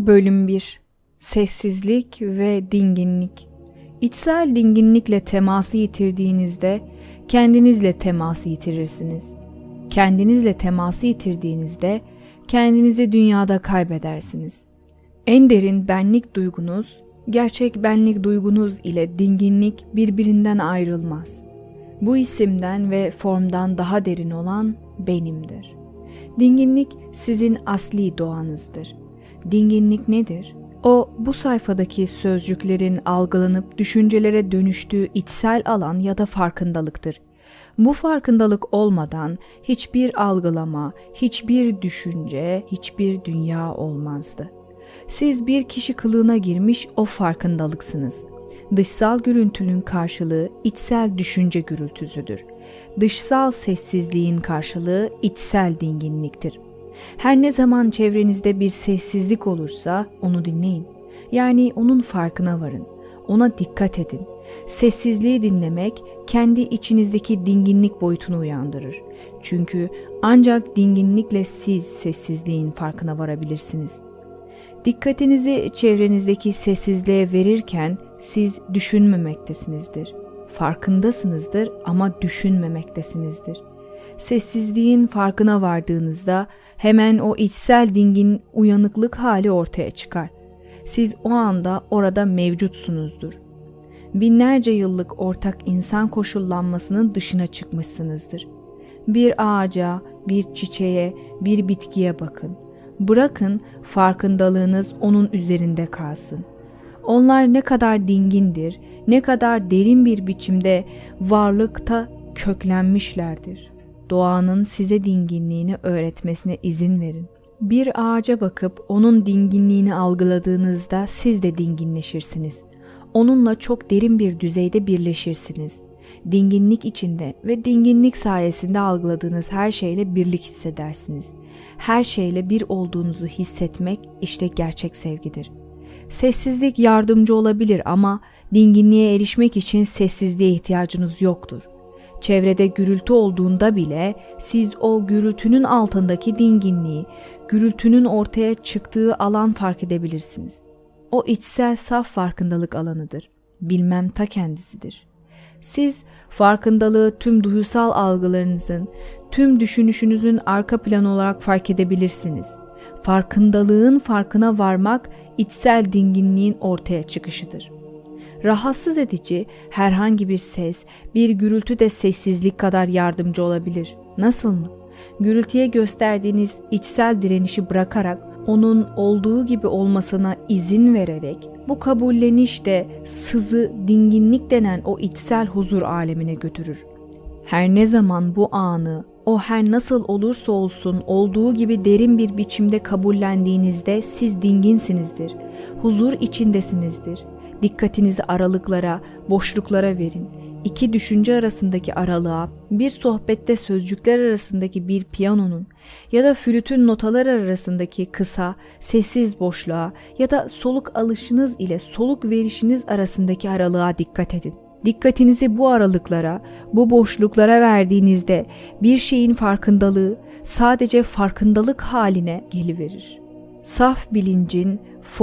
Bölüm 1. Sessizlik ve dinginlik. İçsel dinginlikle teması yitirdiğinizde kendinizle teması yitirirsiniz. Kendinizle teması yitirdiğinizde kendinizi dünyada kaybedersiniz. En derin benlik duygunuz, gerçek benlik duygunuz ile dinginlik birbirinden ayrılmaz. Bu isimden ve formdan daha derin olan benimdir. Dinginlik sizin asli doğanızdır. Dinginlik nedir? O, bu sayfadaki sözcüklerin algılanıp düşüncelere dönüştüğü içsel alan ya da farkındalıktır. Bu farkındalık olmadan hiçbir algılama, hiçbir düşünce, hiçbir dünya olmazdı. Siz bir kişi kılığına girmiş o farkındalıksınız. Dışsal gürültünün karşılığı içsel düşünce gürültüsüdür. Dışsal sessizliğin karşılığı içsel dinginliktir. Her ne zaman çevrenizde bir sessizlik olursa onu dinleyin. Yani onun farkına varın. Ona dikkat edin. Sessizliği dinlemek kendi içinizdeki dinginlik boyutunu uyandırır. Çünkü ancak dinginlikle siz sessizliğin farkına varabilirsiniz. Dikkatinizi çevrenizdeki sessizliğe verirken siz düşünmemektesinizdir. Farkındasınızdır ama düşünmemektesinizdir. Sessizliğin farkına vardığınızda hemen o içsel dingin uyanıklık hali ortaya çıkar. Siz o anda orada mevcutsunuzdur. Binlerce yıllık ortak insan koşullanmasının dışına çıkmışsınızdır. Bir ağaca, bir çiçeğe, bir bitkiye bakın. Bırakın farkındalığınız onun üzerinde kalsın. Onlar ne kadar dingindir, ne kadar derin bir biçimde varlıkta köklenmişlerdir. Doğanın size dinginliğini öğretmesine izin verin. Bir ağaca bakıp onun dinginliğini algıladığınızda siz de dinginleşirsiniz. Onunla çok derin bir düzeyde birleşirsiniz. Dinginlik içinde ve dinginlik sayesinde algıladığınız her şeyle birlik hissedersiniz. Her şeyle bir olduğunuzu hissetmek işte gerçek sevgidir. Sessizlik yardımcı olabilir ama dinginliğe erişmek için sessizliğe ihtiyacınız yoktur. Çevrede gürültü olduğunda bile siz o gürültünün altındaki dinginliği, gürültünün ortaya çıktığı alan fark edebilirsiniz. O içsel saf farkındalık alanıdır. Bilmem ta kendisidir. Siz farkındalığı tüm duysal algılarınızın, tüm düşünüşünüzün arka planı olarak fark edebilirsiniz. Farkındalığın farkına varmak içsel dinginliğin ortaya çıkışıdır. Rahatsız edici herhangi bir ses, bir gürültü de sessizlik kadar yardımcı olabilir. Nasıl mı? Gürültüye gösterdiğiniz içsel direnişi bırakarak onun olduğu gibi olmasına izin vererek bu kabulleniş de sızı, dinginlik denen o içsel huzur alemine götürür. Her ne zaman bu anı, o her nasıl olursa olsun olduğu gibi derin bir biçimde kabullendiğinizde siz dinginsinizdir, huzur içindesinizdir. Dikkatinizi aralıklara, boşluklara verin. İki düşünce arasındaki aralığa, bir sohbette sözcükler arasındaki bir piyanonun ya da flütün notalar arasındaki kısa, sessiz boşluğa ya da soluk alışınız ile soluk verişiniz arasındaki aralığa dikkat edin. Dikkatinizi bu aralıklara, bu boşluklara verdiğinizde bir şeyin farkındalığı sadece farkındalık haline geliverir. Saf bilincin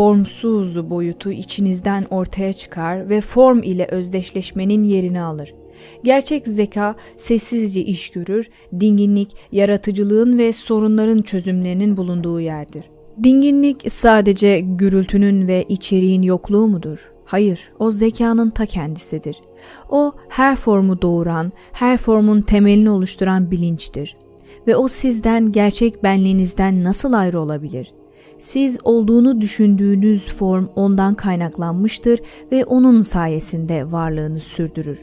formsuz boyutu içinizden ortaya çıkar ve form ile özdeşleşmenin yerini alır. Gerçek zeka sessizce iş görür, dinginlik yaratıcılığın ve sorunların çözümlerinin bulunduğu yerdir. Dinginlik sadece gürültünün ve içeriğin yokluğu mudur? Hayır, o zekanın ta kendisidir. O her formu doğuran, her formun temelini oluşturan bilinçtir. Ve o sizden, gerçek benliğinizden nasıl ayrı olabilir? Siz olduğunu düşündüğünüz form ondan kaynaklanmıştır ve onun sayesinde varlığını sürdürür.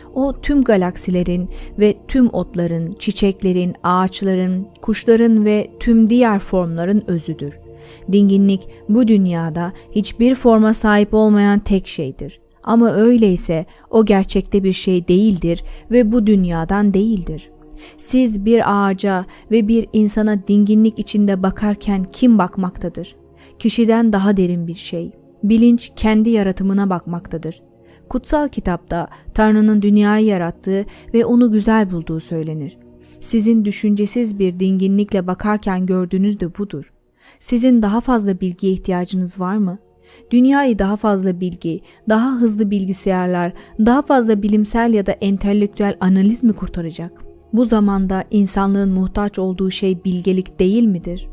O tüm galaksilerin ve tüm otların, çiçeklerin, ağaçların, kuşların ve tüm diğer formların özüdür. Dinginlik bu dünyada hiçbir forma sahip olmayan tek şeydir. Ama öyleyse o gerçekte bir şey değildir ve bu dünyadan değildir. Siz bir ağaca ve bir insana dinginlik içinde bakarken kim bakmaktadır? Kişiden daha derin bir şey. Bilinç kendi yaratımına bakmaktadır. Kutsal kitapta Tanrı'nın dünyayı yarattığı ve onu güzel bulduğu söylenir. Sizin düşüncesiz bir dinginlikle bakarken gördüğünüz de budur. Sizin daha fazla bilgiye ihtiyacınız var mı? Dünyayı daha fazla bilgi, daha hızlı bilgisayarlar, daha fazla bilimsel ya da entelektüel analiz mi kurtaracak? Bu zamanda insanlığın muhtaç olduğu şey bilgelik değil midir?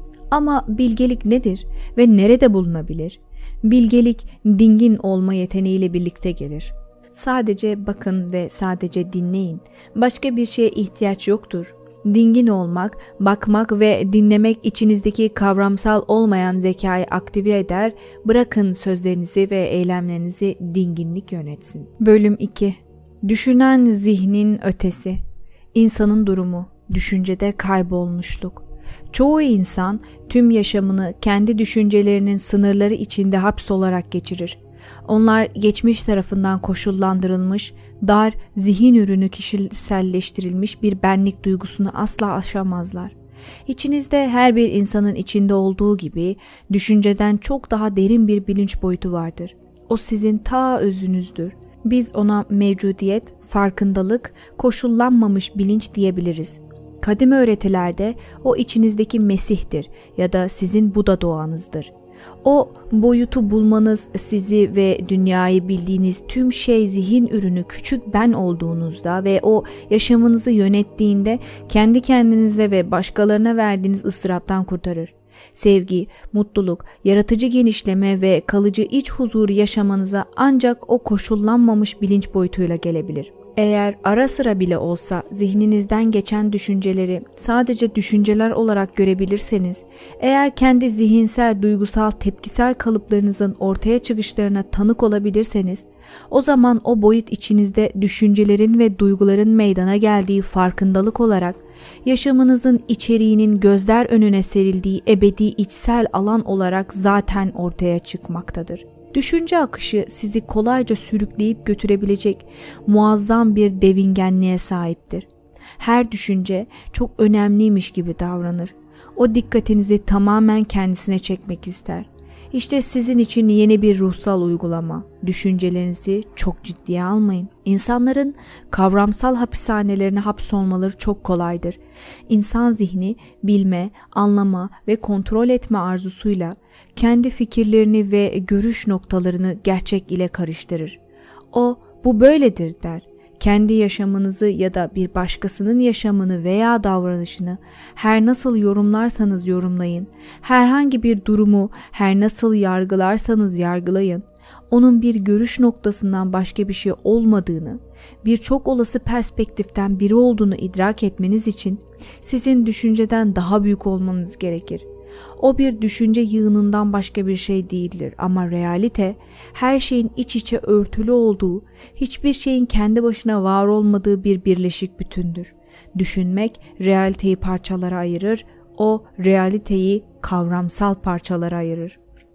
Ama bilgelik nedir ve nerede bulunabilir? Bilgelik dingin olma yeteneğiyle birlikte gelir. Sadece bakın ve sadece dinleyin. Başka bir şeye ihtiyaç yoktur. Dingin olmak, bakmak ve dinlemek içinizdeki kavramsal olmayan zekayı aktive eder, bırakın sözlerinizi ve eylemlerinizi dinginlik yönetsin. Bölüm 2. Düşünen zihnin ötesi. İnsanın durumu, düşüncede kaybolmuşluk. Çoğu insan tüm yaşamını kendi düşüncelerinin sınırları içinde hapsolarak geçirir. Onlar geçmiş tarafından koşullandırılmış, dar, zihin ürünü kişiselleştirilmiş bir benlik duygusunu asla aşamazlar. İçinizde her bir insanın içinde olduğu gibi düşünceden çok daha derin bir bilinç boyutu vardır. O sizin ta özünüzdür. Biz ona mevcudiyet, farkındalık, koşullanmamış bilinç diyebiliriz. Kadim öğretilerde o içinizdeki Mesih'tir ya da sizin Buda doğanızdır. O boyutu bulmanız sizi ve dünyayı bildiğiniz tüm şey zihin ürünü küçük ben olduğunuzda ve o yaşamınızı yönettiğinde kendi kendinize ve başkalarına verdiğiniz ıstıraptan kurtarır. Sevgi, mutluluk, yaratıcı genişleme ve kalıcı iç huzuru yaşamanıza ancak o koşullanmamış bilinç boyutuyla gelebilir. Eğer ara sıra bile olsa zihninizden geçen düşünceleri sadece düşünceler olarak görebilirseniz, eğer kendi zihinsel, duygusal, tepkisel kalıplarınızın ortaya çıkışlarına tanık olabilirseniz, o zaman o boyut içinizde düşüncelerin ve duyguların meydana geldiği farkındalık olarak, yaşamınızın içeriğinin gözler önüne serildiği ebedi içsel alan olarak zaten ortaya çıkmaktadır. Düşünce akışı sizi kolayca sürükleyip götürebilecek muazzam bir devingenliğe sahiptir. Her düşünce çok önemliymiş gibi davranır. O dikkatinizi tamamen kendisine çekmek ister. İşte sizin için yeni bir ruhsal uygulama. Düşüncelerinizi çok ciddiye almayın. İnsanların kavramsal hapishanelerine hapsolmaları çok kolaydır. İnsan zihni bilme, anlama ve kontrol etme arzusuyla kendi fikirlerini ve görüş noktalarını gerçek ile karıştırır. O bu böyledir der. Kendi yaşamınızı ya da bir başkasının yaşamını veya davranışını her nasıl yorumlarsanız yorumlayın, herhangi bir durumu her nasıl yargılarsanız yargılayın, onun bir görüş noktasından başka bir şey olmadığını, birçok olası perspektiften biri olduğunu idrak etmeniz için sizin düşünceden daha büyük olmanız gerekir. O bir düşünce yığınından başka bir şey değildir ama realite her şeyin iç içe örtülü olduğu, hiçbir şeyin kendi başına var olmadığı bir birleşik bütündür. Düşünmek realiteyi parçalara ayırır, o realiteyi kavramsal parçalara ayırır.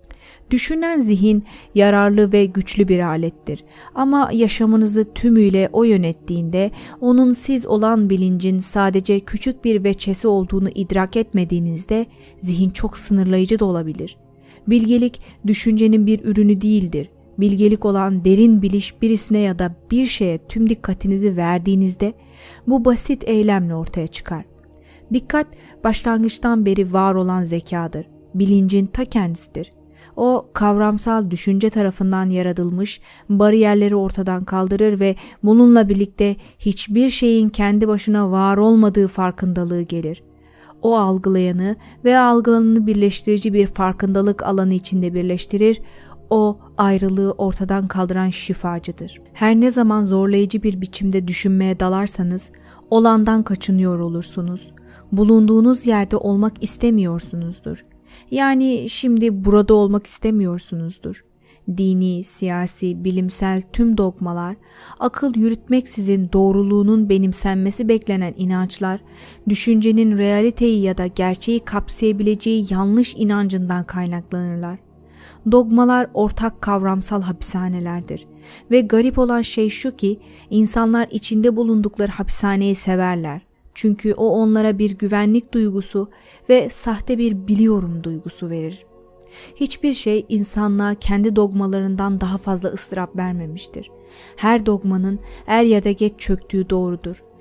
Düşünen zihin yararlı ve güçlü bir alettir ama yaşamınızı tümüyle o yönettiğinde onun siz olan bilincin sadece küçük bir veçesi olduğunu idrak etmediğinizde zihin çok sınırlayıcı da olabilir. Bilgelik düşüncenin bir ürünü değildir. Bilgelik olan derin biliş birisine ya da bir şeye tüm dikkatinizi verdiğinizde bu basit eylemle ortaya çıkar. Dikkat başlangıçtan beri var olan zekadır. Bilincin ta kendisidir. O kavramsal düşünce tarafından yaratılmış, bariyerleri ortadan kaldırır ve bununla birlikte hiçbir şeyin kendi başına var olmadığı farkındalığı gelir. O algılayanı ve algılananı birleştirici bir farkındalık alanı içinde birleştirir. O ayrılığı ortadan kaldıran şifacıdır. Her ne zaman zorlayıcı bir biçimde düşünmeye dalarsanız olandan kaçınıyor olursunuz. Bulunduğunuz yerde olmak istemiyorsunuzdur. Yani şimdi burada olmak istemiyorsunuzdur. Dini, siyasi, bilimsel tüm dogmalar, akıl yürütmeksizin doğruluğunun benimsenmesi beklenen inançlar, düşüncenin realiteyi ya da gerçeği kapsayabileceği yanlış inancından kaynaklanırlar. Dogmalar ortak kavramsal hapishanelerdir ve garip olan şey şu ki insanlar içinde bulundukları hapishaneyi severler. Çünkü o onlara bir güvenlik duygusu ve sahte bir biliyorum duygusu verir. Hiçbir şey insanlığa kendi dogmalarından daha fazla ıstırap vermemiştir. Her dogmanın er ya da geç çöktüğü doğrudur.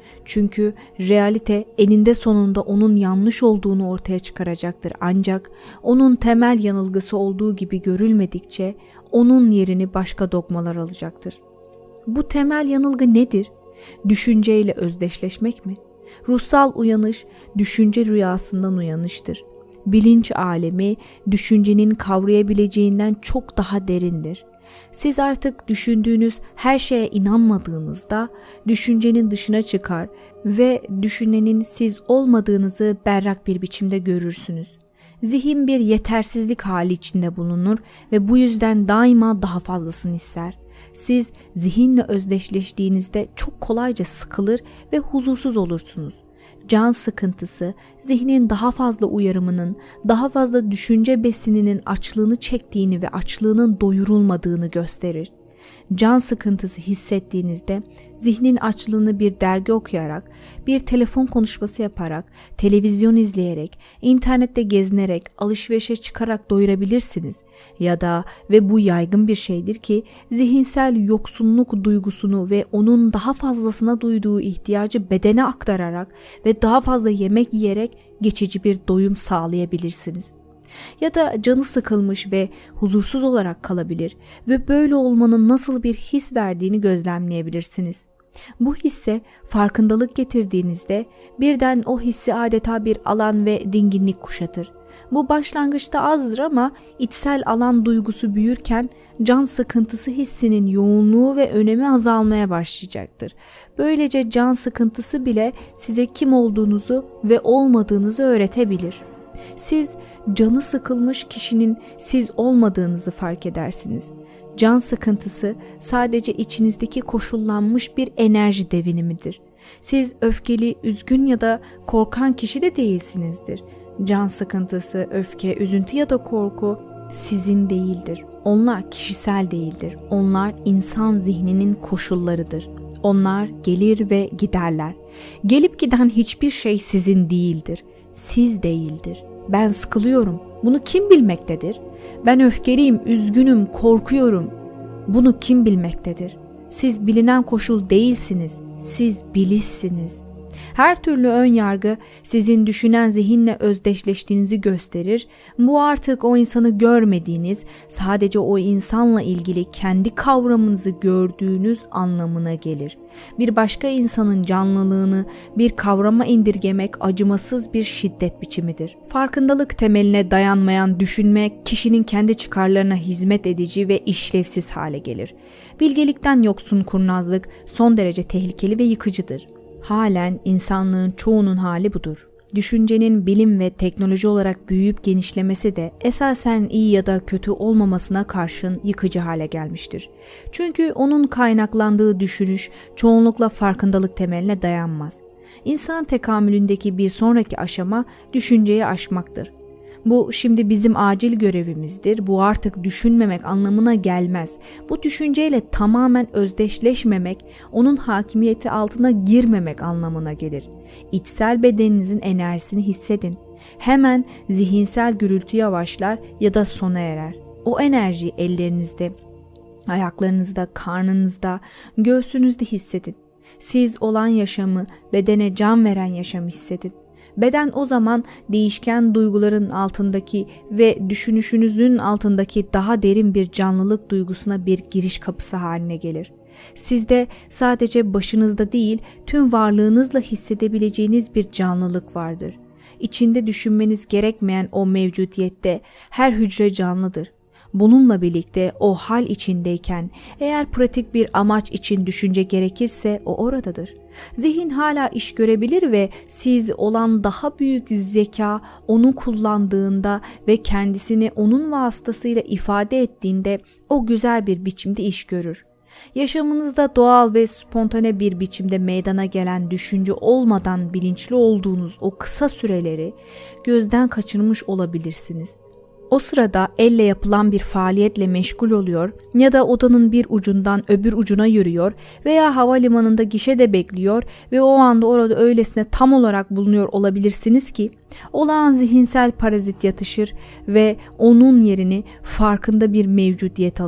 Çünkü realite eninde sonunda onun yanlış olduğunu ortaya çıkaracaktır. Ancak onun temel yanılgısı olduğu gibi görülmedikçe onun yerini başka dogmalar alacaktır. Bu temel yanılgı nedir? Düşünceyle özdeşleşmek mi? Ruhsal uyanış, düşünce rüyasından uyanıştır. Bilinç alemi, düşüncenin kavrayabileceğinden çok daha derindir. Siz artık düşündüğünüz her şeye inanmadığınızda düşüncenin dışına çıkar ve düşünenin siz olmadığınızı berrak bir biçimde görürsünüz. Zihin bir yetersizlik hali içinde bulunur ve bu yüzden daima daha fazlasını ister. Siz zihinle özdeşleştiğinizde çok kolayca sıkılır ve huzursuz olursunuz. Can sıkıntısı, zihnin daha fazla uyarımının, daha fazla düşünce besininin açlığını çektiğini ve açlığının doyurulmadığını gösterir. Can sıkıntısı hissettiğinizde zihnin açlığını bir dergi okuyarak, bir telefon konuşması yaparak, televizyon izleyerek, internette gezinerek, alışverişe çıkarak doyurabilirsiniz. Ya da ve bu yaygın bir şeydir ki zihinsel yoksunluk duygusunu ve onun daha fazlasına duyduğu ihtiyacı bedene aktararak ve daha fazla yemek yiyerek geçici bir doyum sağlayabilirsiniz. Ya da canı sıkılmış ve huzursuz olarak kalabilir ve böyle olmanın nasıl bir his verdiğini gözlemleyebilirsiniz. Bu hisse farkındalık getirdiğinizde birden o hissi adeta bir alan ve dinginlik kuşatır. Bu başlangıçta azdır ama içsel alan duygusu büyürken can sıkıntısı hissinin yoğunluğu ve önemi azalmaya başlayacaktır. Böylece can sıkıntısı bile size kim olduğunuzu ve olmadığınızı öğretebilir. Siz canı sıkılmış kişinin siz olmadığınızı fark edersiniz. Can sıkıntısı sadece içinizdeki koşullanmış bir enerji devinimidir. Siz öfkeli, üzgün ya da korkan kişi de değilsinizdir. Can sıkıntısı, öfke, üzüntü ya da korku sizin değildir. Onlar kişisel değildir. Onlar insan zihninin koşullarıdır. Onlar gelir ve giderler. Gelip giden hiçbir şey sizin değildir. Siz değildir. Ben sıkılıyorum. Bunu kim bilmektedir? Ben öfkeliyim, üzgünüm, korkuyorum. Bunu kim bilmektedir? Siz bilinen koşul değilsiniz. Siz bilişsiniz. Her türlü ön yargı sizin düşünen zihinle özdeşleştiğinizi gösterir. Bu artık o insanı görmediğiniz, sadece o insanla ilgili kendi kavramınızı gördüğünüz anlamına gelir. Bir başka insanın canlılığını bir kavrama indirgemek acımasız bir şiddet biçimidir. Farkındalık temeline dayanmayan düşünme kişinin kendi çıkarlarına hizmet edici ve işlevsiz hale gelir. Bilgelikten yoksun kurnazlık son derece tehlikeli ve yıkıcıdır. Halen insanlığın çoğunun hali budur. Düşüncenin bilim ve teknoloji olarak büyüyüp genişlemesi de esasen iyi ya da kötü olmamasına karşın yıkıcı hale gelmiştir. Çünkü onun kaynaklandığı düşünüş çoğunlukla farkındalık temeline dayanmaz. İnsan tekamülündeki bir sonraki aşama düşünceyi aşmaktır. Bu şimdi bizim acil görevimizdir. Bu artık düşünmemek anlamına gelmez. Bu düşünceyle tamamen özdeşleşmemek, onun hakimiyeti altına girmemek anlamına gelir. İçsel bedeninizin enerjisini hissedin. Hemen zihinsel gürültü yavaşlar ya da sona erer. O enerjiyi ellerinizde, ayaklarınızda, karnınızda, göğsünüzde hissedin. Siz olan yaşamı, bedene can veren yaşamı hissedin. Beden o zaman değişken duyguların altındaki ve düşünüşünüzün altındaki daha derin bir canlılık duygusuna bir giriş kapısı haline gelir. Sizde sadece başınızda değil, tüm varlığınızla hissedebileceğiniz bir canlılık vardır. İçinde düşünmeniz gerekmeyen o mevcudiyette her hücre canlıdır. Bununla birlikte o hal içindeyken eğer pratik bir amaç için düşünce gerekirse o oradadır. Zihin hala iş görebilir ve siz olan daha büyük zeka onu kullandığında ve kendisini onun vasıtasıyla ifade ettiğinde o güzel bir biçimde iş görür. Yaşamınızda doğal ve spontane bir biçimde meydana gelen düşünce olmadan bilinçli olduğunuz o kısa süreleri gözden kaçırmış olabilirsiniz. O sırada elle yapılan bir faaliyetle meşgul oluyor ya da odanın bir ucundan öbür ucuna yürüyor veya havalimanında gişede bekliyor ve o anda orada öylesine tam olarak bulunuyor olabilirsiniz ki olağan zihinsel parazit yatışır ve onun yerini farkında bir mevcudiyet alır.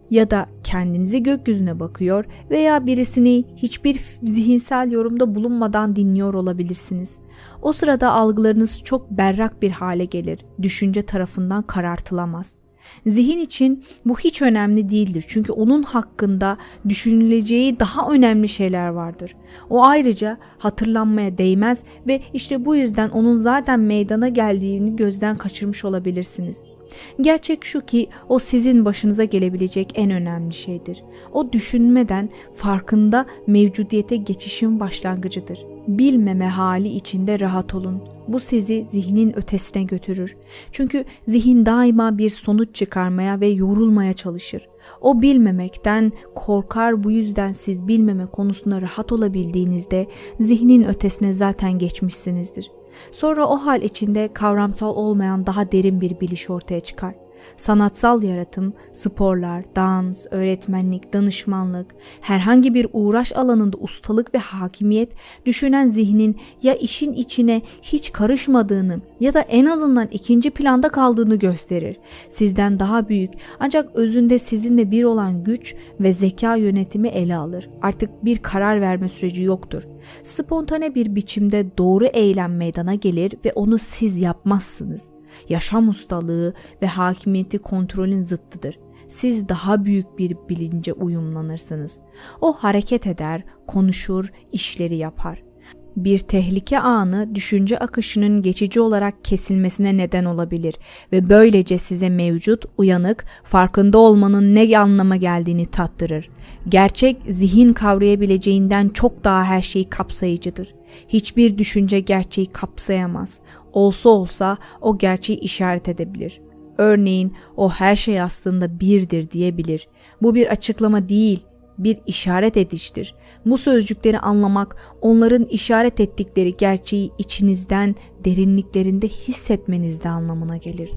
ya da kendinizi gökyüzüne bakıyor veya birisini hiçbir zihinsel yorumda bulunmadan dinliyor olabilirsiniz. O sırada algılarınız çok berrak bir hale gelir, düşünce tarafından karartılamaz. Zihin için bu hiç önemli değildir çünkü onun hakkında düşünüleceği daha önemli şeyler vardır. O ayrıca hatırlanmaya değmez ve işte bu yüzden onun zaten meydana geldiğini gözden kaçırmış olabilirsiniz. Gerçek şu ki o sizin başınıza gelebilecek en önemli şeydir. O düşünmeden farkında mevcudiyete geçişin başlangıcıdır. Bilmeme hali içinde rahat olun. Bu sizi zihnin ötesine götürür. Çünkü zihin daima bir sonuç çıkarmaya ve yorulmaya çalışır. O bilmemekten korkar, bu yüzden siz bilmeme konusunda rahat olabildiğinizde zihnin ötesine zaten geçmişsinizdir. Sonra o hal içinde kavramsal olmayan daha derin bir biliş ortaya çıkar. Sanatsal yaratım, sporlar, dans, öğretmenlik, danışmanlık, herhangi bir uğraş alanında ustalık ve hakimiyet düşünen zihnin ya işin içine hiç karışmadığını ya da en azından ikinci planda kaldığını gösterir. Sizden daha büyük ancak özünde sizinle bir olan güç ve zeka yönetimi ele alır. Artık bir karar verme süreci yoktur. Spontane bir biçimde doğru eylem meydana gelir ve onu siz yapmazsınız. Yaşam ustalığı ve hakimiyeti kontrolün zıttıdır. Siz daha büyük bir bilince uyumlanırsınız. O hareket eder, konuşur, işleri yapar. Bir tehlike anı düşünce akışının geçici olarak kesilmesine neden olabilir ve böylece size mevcut, uyanık, farkında olmanın ne anlama geldiğini tattırır. Gerçek zihin kavrayabileceğinden çok daha her şeyi kapsayıcıdır. Hiçbir düşünce gerçeği kapsayamaz. Olsa olsa o gerçeği işaret edebilir. Örneğin o her şey aslında birdir diyebilir. Bu bir açıklama değil, bir işaret ediştir. Bu sözcükleri anlamak, onların işaret ettikleri gerçeği içinizden, derinliklerinde hissetmenizde anlamına gelir.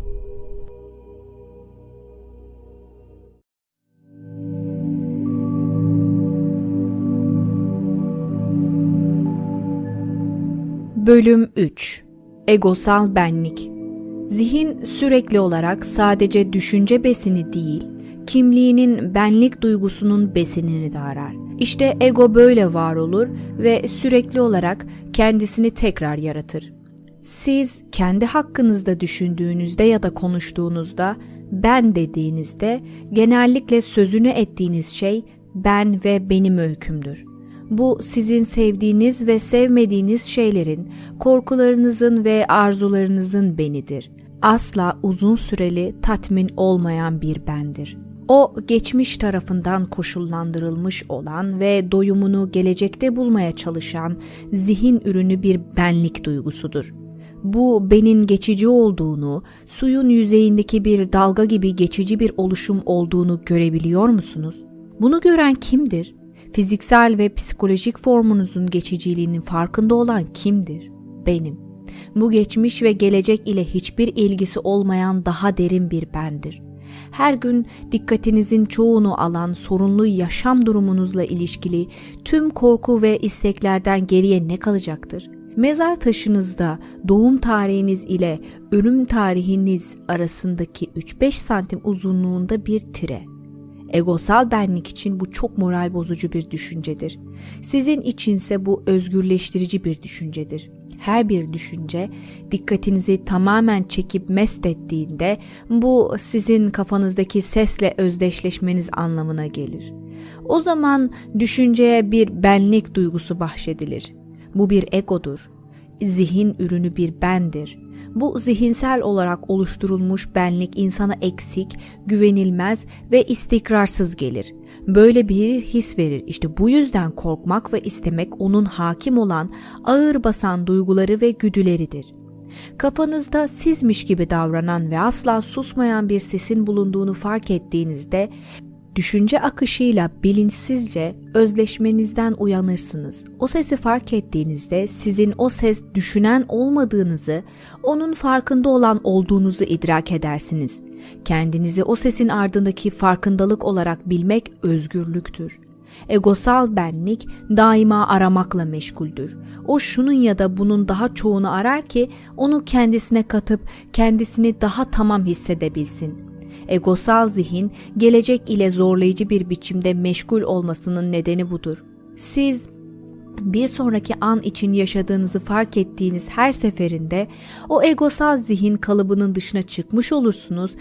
Bölüm 3. Egosal benlik. Zihin sürekli olarak sadece düşünce besini değil, kimliğinin benlik duygusunun besinini de arar. İşte ego böyle var olur ve sürekli olarak kendisini tekrar yaratır. Siz kendi hakkınızda düşündüğünüzde ya da konuştuğunuzda, ben dediğinizde genellikle sözünü ettiğiniz şey ben ve benim öykümdür. Bu sizin sevdiğiniz ve sevmediğiniz şeylerin, korkularınızın ve arzularınızın benidir. Asla uzun süreli tatmin olmayan bir bendir. O geçmiş tarafından koşullandırılmış olan ve doyumunu gelecekte bulmaya çalışan zihin ürünü bir benlik duygusudur. Bu benin geçici olduğunu, suyun yüzeyindeki bir dalga gibi geçici bir oluşum olduğunu görebiliyor musunuz? Bunu gören kimdir? Fiziksel ve psikolojik formunuzun geçiciliğinin farkında olan kimdir? Benim. Bu geçmiş ve gelecek ile hiçbir ilgisi olmayan daha derin bir bendir. Her gün dikkatinizin çoğunu alan sorunlu yaşam durumunuzla ilişkili tüm korku ve isteklerden geriye ne kalacaktır? Mezar taşınızda doğum tarihiniz ile ölüm tarihiniz arasındaki 3-5 santim uzunluğunda bir tire. Egosal benlik için bu çok moral bozucu bir düşüncedir. Sizin içinse bu özgürleştirici bir düşüncedir. Her bir düşünce dikkatinizi tamamen çekip mest ettiğinde bu sizin kafanızdaki sesle özdeşleşmeniz anlamına gelir. O zaman düşünceye bir benlik duygusu bahşedilir. Bu bir egodur. Zihin ürünü bir bendir. Bu zihinsel olarak oluşturulmuş benlik insana eksik, güvenilmez ve istikrarsız gelir. Böyle bir his verir. İşte bu yüzden korkmak ve istemek onun hakim olan, ağır basan duyguları ve güdüleridir. Kafanızda sizmiş gibi davranan ve asla susmayan bir sesin bulunduğunu fark ettiğinizde, düşünce akışıyla bilinçsizce özleşmenizden uyanırsınız. O sesi fark ettiğinizde sizin o ses düşünen olmadığınızı, onun farkında olan olduğunuzu idrak edersiniz. Kendinizi o sesin ardındaki farkındalık olarak bilmek özgürlüktür. Egosal benlik daima aramakla meşguldür. O şunun ya da bunun daha çoğunu arar ki onu kendisine katıp kendisini daha tamam hissedebilsin. Egosal zihin, gelecek ile zorlayıcı bir biçimde meşgul olmasının nedeni budur. Siz bir sonraki an için yaşadığınızı fark ettiğiniz her seferinde o egosal zihin kalıbının dışına çıkmış olursunuz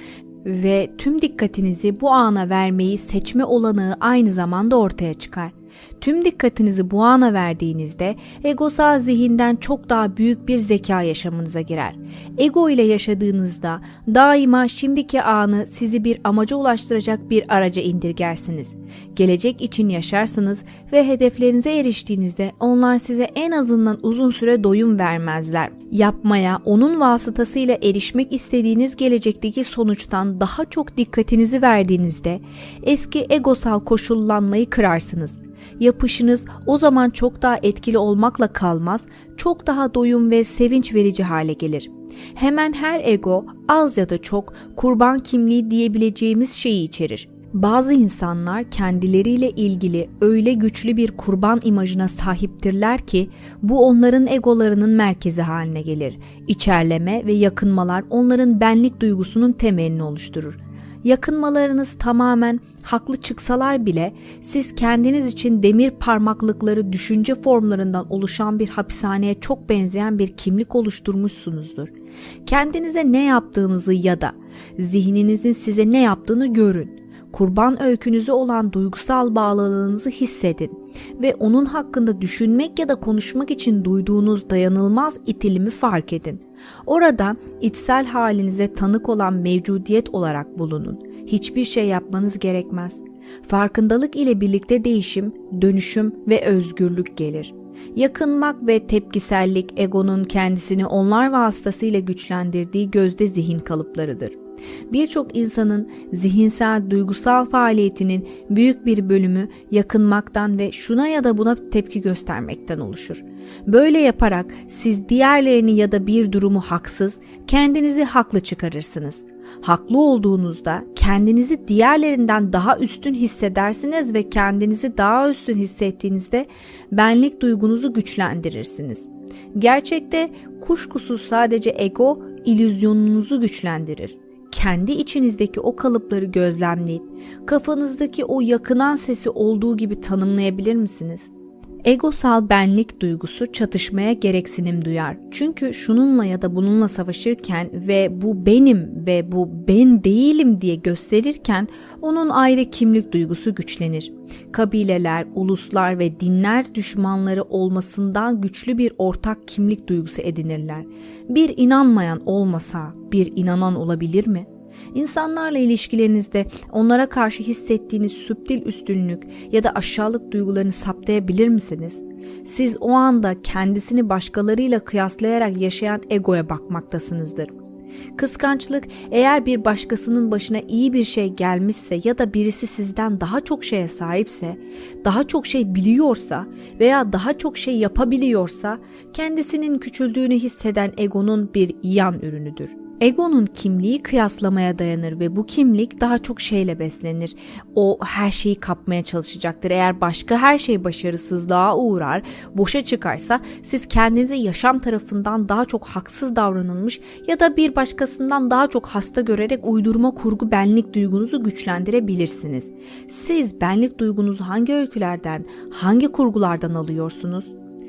ve tüm dikkatinizi bu ana vermeyi seçme olanağı aynı zamanda ortaya çıkar. Tüm dikkatinizi bu ana verdiğinizde egosal zihinden çok daha büyük bir zeka yaşamınıza girer. Ego ile yaşadığınızda daima şimdiki anı sizi bir amaca ulaştıracak bir araca indirgersiniz. Gelecek için yaşarsınız ve hedeflerinize eriştiğinizde onlar size en azından uzun süre doyum vermezler. Yapmaya, onun vasıtasıyla erişmek istediğiniz gelecekteki sonuçtan daha çok dikkatinizi verdiğinizde eski egosal koşullanmayı kırarsınız. Yapışınız o zaman çok daha etkili olmakla kalmaz, çok daha doyum ve sevinç verici hale gelir. Hemen her ego az ya da çok kurban kimliği diyebileceğimiz şeyi içerir. Bazı insanlar kendileriyle ilgili öyle güçlü bir kurban imajına sahiptirler ki bu onların egolarının merkezi haline gelir. İçerleme ve yakınmalar onların benlik duygusunun temelini oluşturur. Yakınmalarınız tamamen haklı çıksalar bile siz kendiniz için demir parmaklıkları düşünce formlarından oluşan bir hapishaneye çok benzeyen bir kimlik oluşturmuşsunuzdur. Kendinize ne yaptığınızı ya da zihninizin size ne yaptığını görün. Kurban öykünüze olan duygusal bağlılığınızı hissedin ve onun hakkında düşünmek ya da konuşmak için duyduğunuz dayanılmaz itilimi fark edin. Orada içsel halinize tanık olan mevcudiyet olarak bulunun. Hiçbir şey yapmanız gerekmez. Farkındalık ile birlikte değişim, dönüşüm ve özgürlük gelir. Yakınmak ve tepkisellik egonun kendisini onlar vasıtasıyla güçlendirdiği gözde zihin kalıplarıdır. Birçok insanın zihinsel, duygusal faaliyetinin büyük bir bölümü yakınmaktan ve şuna ya da buna tepki göstermekten oluşur. Böyle yaparak siz diğerlerini ya da bir durumu haksız, kendinizi haklı çıkarırsınız. Haklı olduğunuzda kendinizi diğerlerinden daha üstün hissedersiniz ve kendinizi daha üstün hissettiğinizde benlik duygunuzu güçlendirirsiniz. Gerçekte kuşkusuz sadece ego illüzyonunuzu güçlendirir. Kendi içinizdeki o kalıpları gözlemleyip kafanızdaki o yakınan sesi olduğu gibi tanımlayabilir misiniz? Egosal benlik duygusu çatışmaya gereksinim duyar. Çünkü şununla ya da bununla savaşırken ve bu benim ve bu ben değilim diye gösterirken onun ayrı kimlik duygusu güçlenir. Kabileler, uluslar ve dinler düşmanları olmasından güçlü bir ortak kimlik duygusu edinirler. Bir inanmayan olmasa bir inanan olabilir mi? İnsanlarla ilişkilerinizde onlara karşı hissettiğiniz süptil üstünlük ya da aşağılık duygularını saptayabilir misiniz? Siz o anda kendisini başkalarıyla kıyaslayarak yaşayan egoya bakmaktasınızdır. Kıskançlık eğer bir başkasının başına iyi bir şey gelmişse ya da birisi sizden daha çok şeye sahipse, daha çok şey biliyorsa veya daha çok şey yapabiliyorsa kendisinin küçüldüğünü hisseden egonun bir yan ürünüdür. Egonun kimliği kıyaslamaya dayanır ve bu kimlik daha çok şeyle beslenir. O her şeyi kapmaya çalışacaktır. Eğer başka her şey başarısızlığa uğrar, boşa çıkarsa siz kendinizi yaşam tarafından daha çok haksız davranılmış ya da bir başkasından daha çok hasta görerek uydurma kurgu benlik duygunuzu güçlendirebilirsiniz. Siz benlik duygunuzu hangi öykülerden, hangi kurgulardan alıyorsunuz?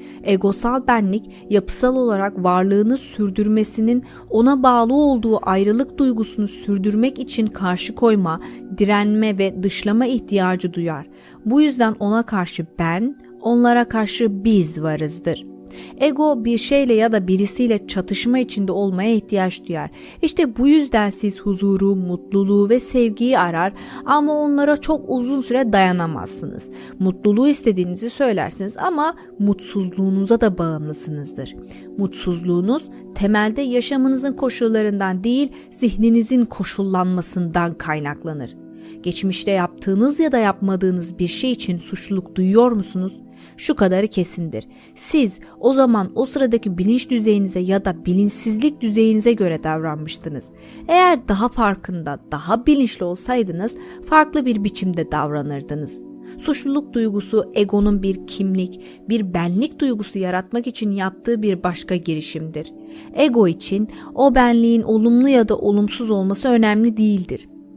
Egosal benlik yapısal olarak varlığını sürdürmesinin ona bağlı olduğu ayrılık duygusunu sürdürmek için karşı koyma, direnme ve dışlama ihtiyacı duyar. Bu yüzden ona karşı ben, onlara karşı biz varızdır. Ego bir şeyle ya da birisiyle çatışma içinde olmaya ihtiyaç duyar. İşte bu yüzden siz huzuru, mutluluğu ve sevgiyi arar ama onlara çok uzun süre dayanamazsınız. Mutluluğu istediğinizi söylersiniz ama mutsuzluğunuza da bağımlısınızdır. Mutsuzluğunuz temelde yaşamınızın koşullarından değil, zihninizin koşullanmasından kaynaklanır. Geçmişte yaptığınız ya da yapmadığınız bir şey için suçluluk duyuyor musunuz? Şu kadarı kesindir. Siz o zaman o sıradaki bilinç düzeyinize ya da bilinçsizlik düzeyinize göre davranmıştınız. Eğer daha farkında, daha bilinçli olsaydınız farklı bir biçimde davranırdınız. Suçluluk duygusu egonun bir kimlik, bir benlik duygusu yaratmak için yaptığı bir başka girişimdir. Ego için o benliğin olumlu ya da olumsuz olması önemli değildir.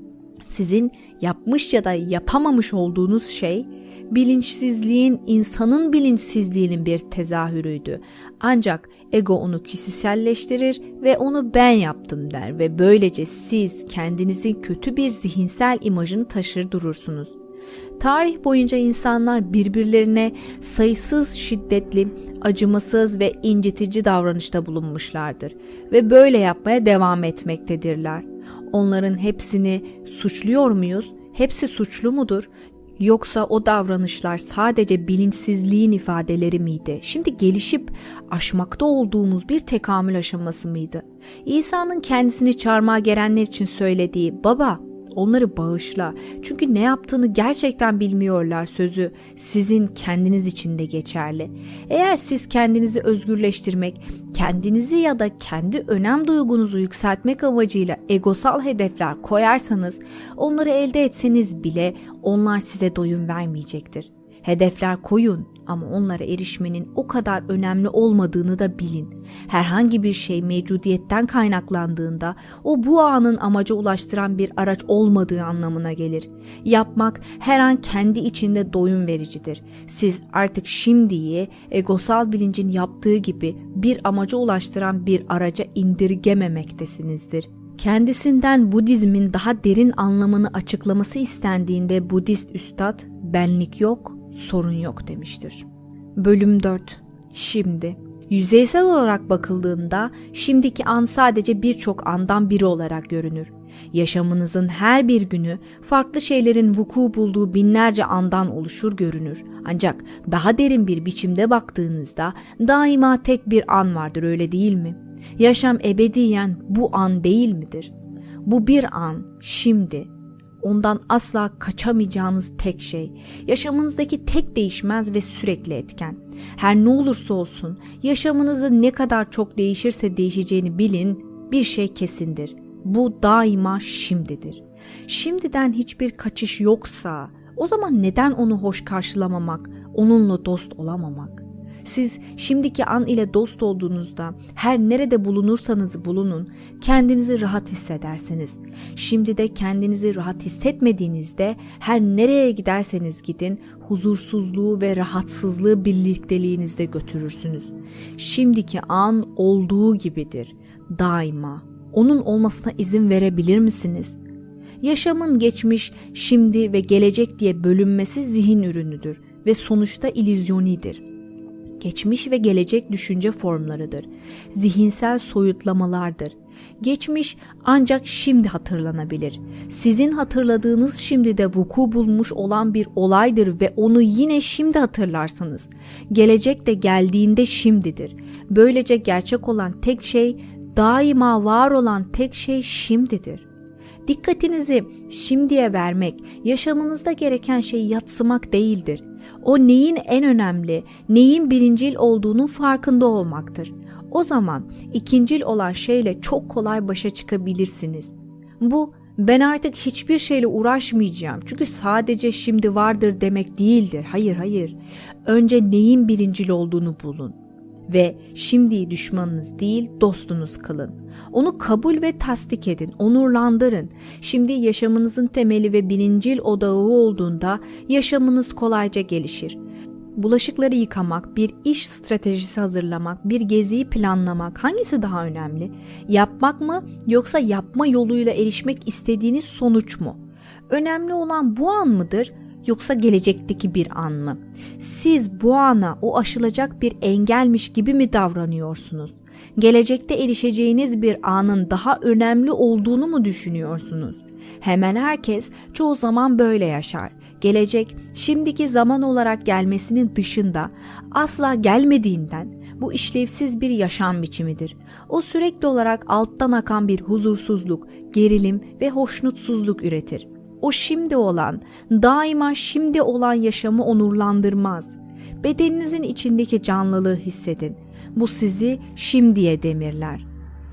Sizin yapmış ya da yapamamış olduğunuz şey bilinçsizliğin, insanın bilinçsizliğinin bir tezahürüydü. Ancak ego onu kişiselleştirir ve onu ben yaptım der ve böylece siz kendinizin kötü bir zihinsel imajını taşır durursunuz. Tarih boyunca insanlar birbirlerine sayısız şiddetli, acımasız ve incitici davranışta bulunmuşlardır ve böyle yapmaya devam etmektedirler. Onların hepsini suçluyor muyuz? Hepsi suçlu mudur? Yoksa o davranışlar sadece bilinçsizliğin ifadeleri miydi? Şimdi gelişip aşmakta olduğumuz bir tekamül aşaması mıydı? İsa'nın kendisini çarmıha gerenler için söylediği "Baba, onları bağışla çünkü ne yaptığını gerçekten bilmiyorlar" sözü sizin kendiniz için de geçerli. Eğer siz kendinizi özgürleştirmek, kendinizi ya da kendi önem duygunuzu yükseltmek amacıyla egosal hedefler koyarsanız, onları elde etseniz bile onlar size doyum vermeyecektir. Hedefler koyun ama onlara erişmenin o kadar önemli olmadığını da bilin. Herhangi bir şey mevcudiyetten kaynaklandığında o bu anın amaca ulaştıran bir araç olmadığı anlamına gelir. Yapmak her an kendi içinde doyum vericidir. Siz artık şimdiyi egosal bilincin yaptığı gibi bir amaca ulaştıran bir araca indirgememektesinizdir. Kendisinden Budizmin daha derin anlamını açıklaması istendiğinde Budist üstad benlik yok, sorun yok demiştir. Bölüm 4. Şimdi. Yüzeysel olarak bakıldığında şimdiki an sadece birçok andan biri olarak görünür. Yaşamınızın her bir günü farklı şeylerin vuku bulduğu binlerce andan oluşur görünür. Ancak daha derin bir biçimde baktığınızda daima tek bir an vardır, öyle değil mi? Yaşam ebediyen bu an değil midir? Bu bir an, şimdi. Ondan asla kaçamayacağınız tek şey, yaşamınızdaki tek değişmez ve sürekli etken. Her ne olursa olsun, yaşamınızın ne kadar çok değişirse değişeceğini bilin, bir şey kesindir. Bu daima şimdidir. Şimdiden hiçbir kaçış yoksa, o zaman neden onu hoş karşılamamak, onunla dost olamamak? Siz şimdiki an ile dost olduğunuzda her nerede bulunursanız bulunun kendinizi rahat hissedersiniz. Şimdi de kendinizi rahat hissetmediğinizde her nereye giderseniz gidin huzursuzluğu ve rahatsızlığı birlikteliğinizde götürürsünüz. Şimdiki an olduğu gibidir. Daima. Onun olmasına izin verebilir misiniz? Yaşamın geçmiş, şimdi ve gelecek diye bölünmesi zihin ürünüdür ve sonuçta illüzyonidir. Geçmiş ve gelecek düşünce formlarıdır. Zihinsel soyutlamalardır. Geçmiş ancak şimdi hatırlanabilir. Sizin hatırladığınız şimdi de vuku bulmuş olan bir olaydır ve onu yine şimdi hatırlarsınız. Gelecek de geldiğinde şimdidir. Böylece gerçek olan tek şey, daima var olan tek şey şimdidir. Dikkatinizi şimdiye vermek, yaşamınızda gereken şeyi yadsımak değildir. O neyin en önemli, neyin birincil olduğunun farkında olmaktır. O zaman ikincil olan şeyle çok kolay başa çıkabilirsiniz. Bu, ben artık hiçbir şeyle uğraşmayacağım çünkü sadece şimdi vardır demek değildir. Hayır. Önce neyin birincil olduğunu bulun. Ve şimdiyi düşmanınız değil dostunuz kılın. Onu kabul ve tasdik edin, onurlandırın. Şimdi yaşamınızın temeli ve birincil odağı olduğunda yaşamınız kolayca gelişir. Bulaşıkları yıkamak, bir iş stratejisi hazırlamak, bir geziyi planlamak hangisi daha önemli? Yapmak mı yoksa yapma yoluyla erişmek istediğiniz sonuç mu? Önemli olan bu an mıdır? Yoksa gelecekteki bir an mı? Siz bu ana o aşılacak bir engelmiş gibi mi davranıyorsunuz? Gelecekte erişeceğiniz bir anın daha önemli olduğunu mu düşünüyorsunuz? Hemen herkes çoğu zaman böyle yaşar. Gelecek şimdiki zaman olarak gelmesinin dışında asla gelmediğinden bu işlevsiz bir yaşam biçimidir. O sürekli olarak alttan akan bir huzursuzluk, gerilim ve hoşnutsuzluk üretir. O şimdi olan, daima şimdi olan yaşamı onurlandırmaz. Bedeninizin içindeki canlılığı hissedin. Bu sizi şimdiye demirler.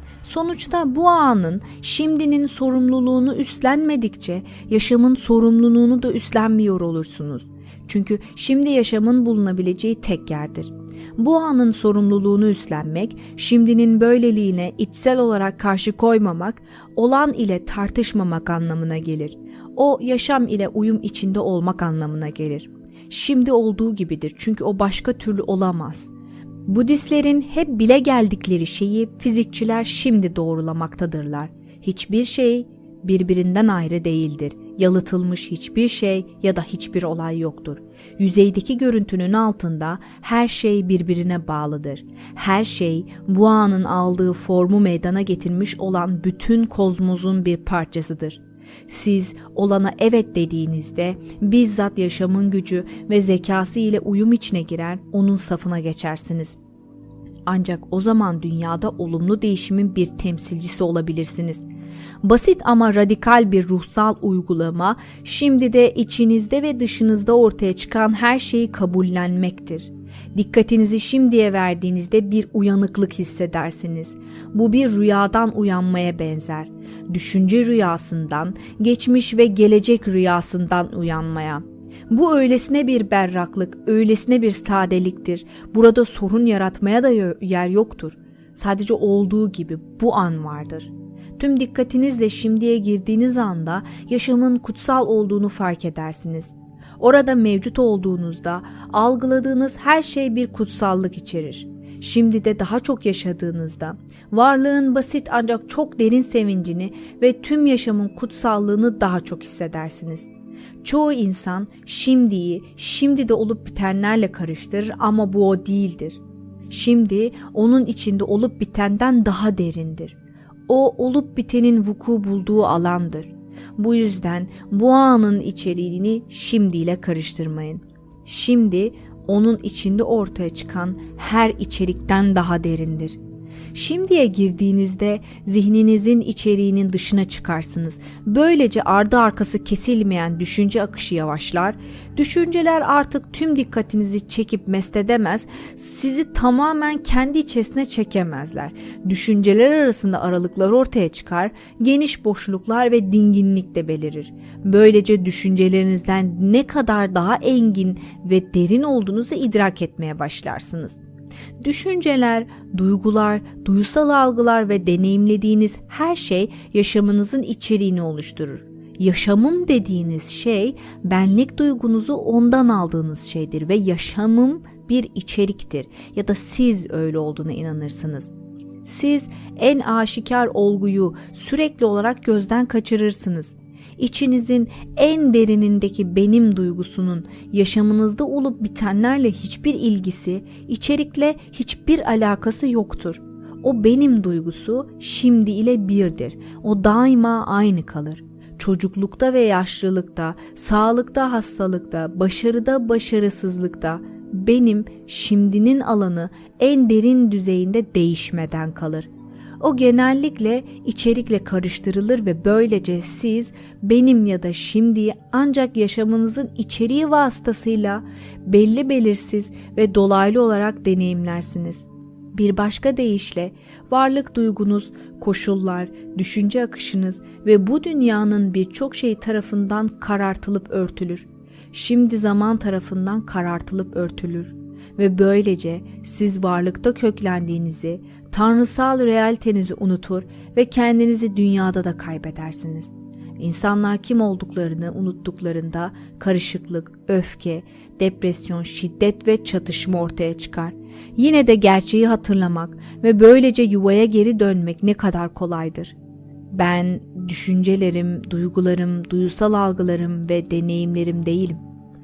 Sonuçta bu anın, şimdinin sorumluluğunu üstlenmedikçe yaşamın sorumluluğunu da üstlenmiyor olursunuz. Çünkü şimdi yaşamın bulunabileceği tek yerdir. Bu anın sorumluluğunu üstlenmek, şimdinin böyleliğine içsel olarak karşı koymamak, olan ile tartışmamak anlamına gelir. O yaşam ile uyum içinde olmak anlamına gelir. Şimdi olduğu gibidir çünkü o başka türlü olamaz. Budistlerin hep bile geldikleri şeyi fizikçiler şimdi doğrulamaktadırlar. Hiçbir şey birbirinden ayrı değildir. Yalıtılmış hiçbir şey ya da hiçbir olay yoktur. Yüzeydeki görüntünün altında her şey birbirine bağlıdır. Her şey bu anın aldığı formu meydana getirmiş olan bütün kozmosun bir parçasıdır. Siz olana evet dediğinizde bizzat yaşamın gücü ve zekası ile uyum içine girer, onun safına geçersiniz. Ancak o zaman dünyada olumlu değişimin bir temsilcisi olabilirsiniz. Basit ama radikal bir ruhsal uygulama, şimdi de içinizde ve dışınızda ortaya çıkan her şeyi kabullenmektir. Dikkatinizi şimdiye verdiğinizde bir uyanıklık hissedersiniz. Bu bir rüyadan uyanmaya benzer. Düşünce rüyasından, geçmiş ve gelecek rüyasından uyanmaya. Bu öylesine bir berraklık, öylesine bir sadeliktir. Burada sorun yaratmaya da yer yoktur. Sadece olduğu gibi bu an vardır. Tüm dikkatinizle şimdiye girdiğiniz anda yaşamın kutsal olduğunu fark edersiniz. Orada mevcut olduğunuzda algıladığınız her şey bir kutsallık içerir. Şimdi de daha çok yaşadığınızda varlığın basit ancak çok derin sevincini ve tüm yaşamın kutsallığını daha çok hissedersiniz. Çoğu insan şimdiyi, şimdi de olup bitenlerle karıştırır ama bu o değildir. Şimdi onun içinde olup bitenden daha derindir. O olup bitenin vuku bulduğu alandır. Bu yüzden bu anın içeriğini şimdiyle karıştırmayın. Şimdi onun içinde ortaya çıkan her içerikten daha derindir. Şimdiye girdiğinizde zihninizin içeriğinin dışına çıkarsınız. Böylece ardı arkası kesilmeyen düşünce akışı yavaşlar. Düşünceler artık tüm dikkatinizi çekip mest edemez, sizi tamamen kendi içerisine çekemezler. Düşünceler arasında aralıklar ortaya çıkar, geniş boşluklar ve dinginlik de belirir. Böylece düşüncelerinizden ne kadar daha engin ve derin olduğunuzu idrak etmeye başlarsınız. Düşünceler, duygular, duysal algılar ve deneyimlediğiniz her şey yaşamınızın içeriğini oluşturur. Yaşamım dediğiniz şey benlik duygunuzu ondan aldığınız şeydir ve yaşamım bir içeriktir ya da siz öyle olduğuna inanırsınız. Siz en aşikar olguyu sürekli olarak gözden kaçırırsınız. İçinizin en derinindeki benim duygusunun yaşamınızda olup bitenlerle hiçbir ilgisi, içerikle hiçbir alakası yoktur. O benim duygusu şimdi ile birdir. O daima aynı kalır. Çocuklukta ve yaşlılıkta, sağlıkta, hastalıkta, başarıda, başarısızlıkta benim şimdinin alanı en derin düzeyinde değişmeden kalır. O genellikle içerikle karıştırılır ve böylece siz benim ya da şimdiyi ancak yaşamınızın içeriği vasıtasıyla belli belirsiz ve dolaylı olarak deneyimlersiniz. Bir başka deyişle varlık duygunuz, koşullar, düşünce akışınız ve bu dünyanın birçok şey tarafından karartılıp örtülür. Şimdi zaman tarafından karartılıp örtülür. Ve böylece siz varlıkta köklendiğinizi, tanrısal realitenizi unutur ve kendinizi dünyada da kaybedersiniz. İnsanlar kim olduklarını unuttuklarında karışıklık, öfke, depresyon, şiddet ve çatışma ortaya çıkar. Yine de gerçeği hatırlamak ve böylece yuvaya geri dönmek ne kadar kolaydır. Ben düşüncelerim, duygularım, duysal algılarım ve deneyimlerim değilim.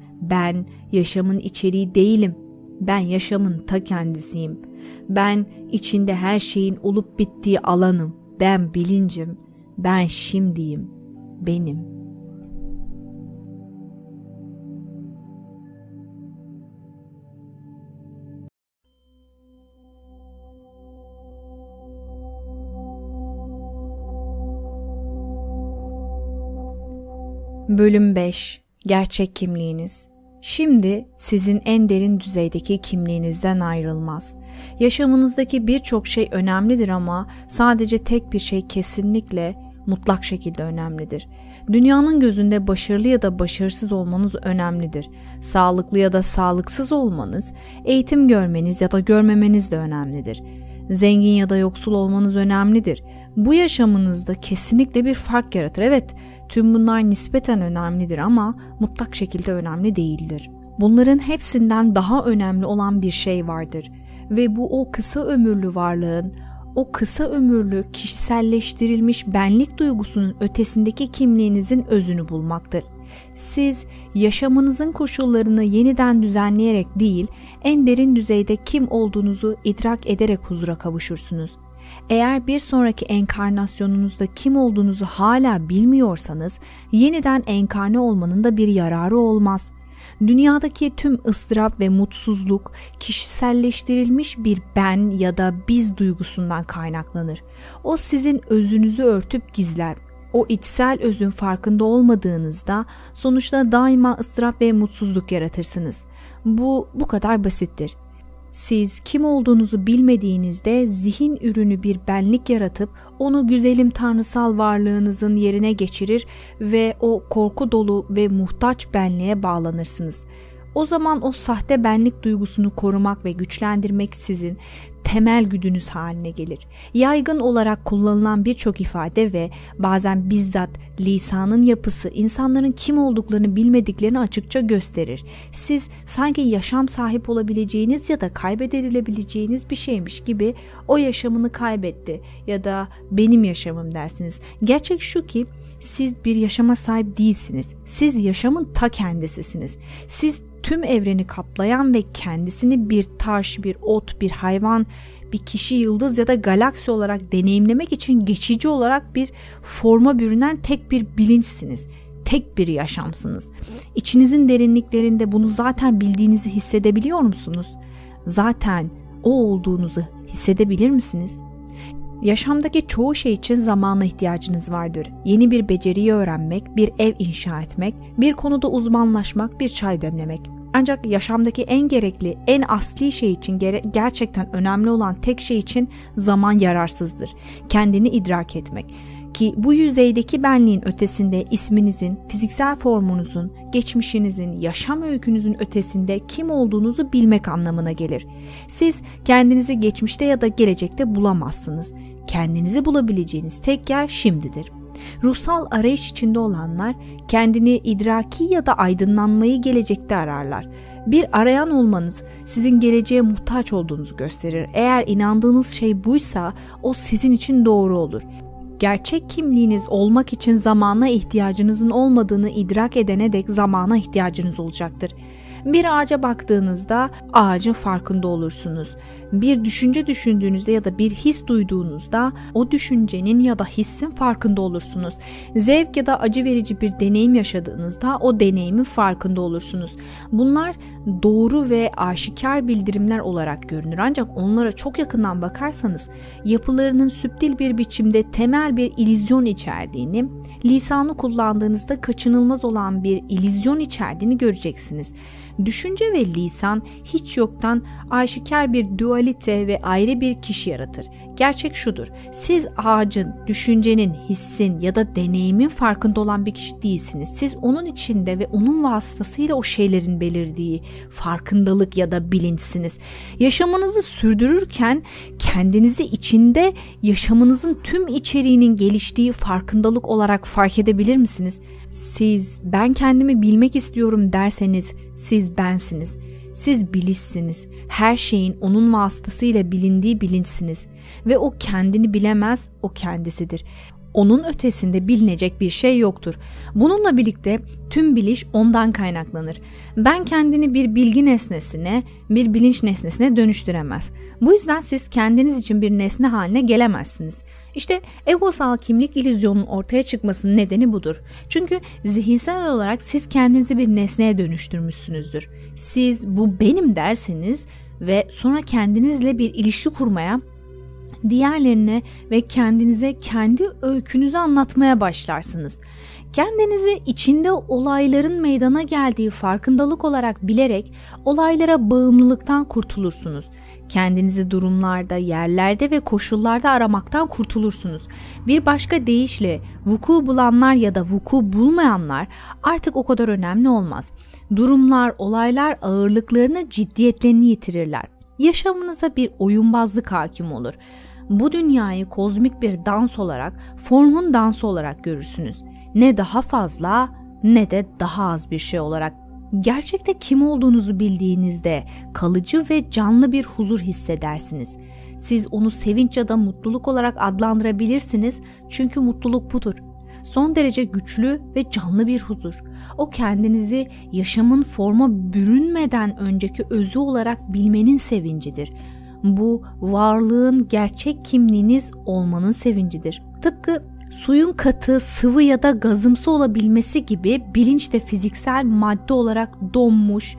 Ben yaşamın içeriği değilim. Ben yaşamın ta kendisiyim. Ben içinde her şeyin olup bittiği alanım. Ben bilincim. Ben şimdiyim. Benim. Bölüm 5. Gerçek kimliğiniz. Şimdi sizin en derin düzeydeki kimliğinizden ayrılmaz. Yaşamınızdaki birçok şey önemlidir ama sadece tek bir şey kesinlikle mutlak şekilde önemlidir. Dünyanın gözünde başarılı ya da başarısız olmanız önemlidir. Sağlıklı ya da sağlıksız olmanız, eğitim görmeniz ya da görmemeniz de önemlidir. Zengin ya da yoksul olmanız önemlidir. Bu yaşamınızda kesinlikle bir fark yaratır. Evet, Tüm bunlar nispeten önemlidir ama mutlak şekilde önemli değildir. Bunların hepsinden daha önemli olan bir şey vardır ve bu o kısa ömürlü varlığın, o kısa ömürlü kişiselleştirilmiş benlik duygusunun ötesindeki kimliğinizin özünü bulmaktır. Siz yaşamınızın koşullarını yeniden düzenleyerek değil, en derin düzeyde kim olduğunuzu idrak ederek huzura kavuşursunuz. Eğer bir sonraki enkarnasyonunuzda kim olduğunuzu hala bilmiyorsanız, yeniden enkarne olmanın da bir yararı olmaz. Dünyadaki tüm ıstırap ve mutsuzluk kişiselleştirilmiş bir ben ya da biz duygusundan kaynaklanır. O sizin özünüzü örtüp gizler. O içsel özün farkında olmadığınızda sonuçta daima ıstırap ve mutsuzluk yaratırsınız. Bu kadar basittir. Siz kim olduğunuzu bilmediğinizde zihin ürünü bir benlik yaratıp onu güzelim tanrısal varlığınızın yerine geçirir ve o korku dolu ve muhtaç benliğe bağlanırsınız. O zaman o sahte benlik duygusunu korumak ve güçlendirmek sizin temel güdünüz haline gelir. Yaygın olarak kullanılan birçok ifade ve bazen bizzat lisanın yapısı insanların kim olduklarını bilmediklerini açıkça gösterir. Siz sanki yaşam sahip olabileceğiniz ya da kaybedilebileceğiniz bir şeymiş gibi o yaşamını kaybetti ya da benim yaşamım dersiniz. Gerçek şu ki siz bir yaşama sahip değilsiniz. Siz yaşamın ta kendisisiniz. Siz tüm evreni kaplayan ve kendisini bir taş, bir ot, bir hayvan, bir kişi, yıldız ya da galaksi olarak deneyimlemek için geçici olarak bir forma bürünen tek bir bilinçsiniz. Tek bir yaşamsınız. İçinizin derinliklerinde bunu zaten bildiğinizi hissedebiliyor musunuz? Zaten o olduğunuzu hissedebilir misiniz? Yaşamdaki çoğu şey için zamana ihtiyacınız vardır. Yeni bir beceriyi öğrenmek, bir ev inşa etmek, bir konuda uzmanlaşmak, bir çay demlemek. Ancak yaşamdaki en gerekli, en asli şey için gerçekten önemli olan tek şey için zaman yararsızdır. Kendini idrak etmek. Ki bu yüzeydeki benliğin ötesinde isminizin, fiziksel formunuzun, geçmişinizin, yaşam öykünüzün ötesinde kim olduğunuzu bilmek anlamına gelir. Siz kendinizi geçmişte ya da gelecekte bulamazsınız. Kendinizi bulabileceğiniz tek yer şimdidir. Ruhsal arayış içinde olanlar kendini idraki ya da aydınlanmayı gelecekte ararlar. Bir arayan olmanız sizin geleceğe muhtaç olduğunuzu gösterir. Eğer inandığınız şey buysa o sizin için doğru olur. Gerçek kimliğiniz olmak için zamana ihtiyacınızın olmadığını idrak edene dek zamana ihtiyacınız olacaktır. Bir ağaca baktığınızda ağacın farkında olursunuz. Bir düşünce düşündüğünüzde ya da bir his duyduğunuzda o düşüncenin ya da hissin farkında olursunuz. Zevk ya da acı verici bir deneyim yaşadığınızda o deneyimin farkında olursunuz. Bunlar doğru ve aşikar bildirimler olarak görünür, ancak onlara çok yakından bakarsanız yapılarının süptil bir biçimde temel bir illüzyon içerdiğini, lisanı kullandığınızda kaçınılmaz olan bir illüzyon içerdiğini göreceksiniz. Düşünce ve lisan hiç yoktan aşikar bir dualite ve ayrı bir kişi yaratır. Gerçek şudur: siz ağacın, düşüncenin, hissin ya da deneyimin farkında olan bir kişi değilsiniz. Siz onun içinde ve onun vasıtasıyla o şeylerin belirdiği farkındalık ya da bilinçsiniz. Yaşamınızı sürdürürken kendinizi içinde yaşamınızın tüm içeriğinin geliştiği farkındalık olarak fark edebilir misiniz? Siz ben kendimi bilmek istiyorum derseniz siz bensiniz. Siz bilişsiniz. Her şeyin onun vasıtasıyla bilindiği bilinçsiniz. Ve o kendini bilemez, o kendisidir. Onun ötesinde bilinecek bir şey yoktur. Bununla birlikte tüm biliş ondan kaynaklanır. Ben kendini bir bilgi nesnesine, bir bilinç nesnesine dönüştüremez. Bu yüzden siz kendiniz için bir nesne haline gelemezsiniz. İşte egosal kimlik illüzyonunun ortaya çıkmasının nedeni budur. Çünkü zihinsel olarak siz kendinizi bir nesneye dönüştürmüşsünüzdür. Siz bu benim derseniz ve sonra kendinizle bir ilişki kurmaya, diğerlerine ve kendinize kendi öykünüzü anlatmaya başlarsınız. Kendinizi içinde olayların meydana geldiği farkındalık olarak bilerek olaylara bağımlılıktan kurtulursunuz. Kendinizi durumlarda, yerlerde ve koşullarda aramaktan kurtulursunuz. Bir başka deyişle vuku bulanlar ya da vuku bulmayanlar artık o kadar önemli olmaz. Durumlar, olaylar ağırlıklarını, ciddiyetlerini yitirirler. Yaşamınıza bir oyunbazlık hakim olur. Bu dünyayı kozmik bir dans olarak, formun dansı olarak görürsünüz. ne daha fazla ne de daha az bir şey olarak. Gerçekte kim olduğunuzu bildiğinizde kalıcı ve canlı bir huzur hissedersiniz. Siz onu sevinç ya da mutluluk olarak adlandırabilirsiniz çünkü mutluluk budur. Son derece güçlü ve canlı bir huzur. O kendinizi yaşamın forma bürünmeden önceki özü olarak bilmenin sevincidir. Bu varlığın gerçek kimliğiniz olmanın sevincidir. Tıpkı suyun katı, sıvı ya da gazımsı olabilmesi gibi bilinç de fiziksel madde olarak donmuş,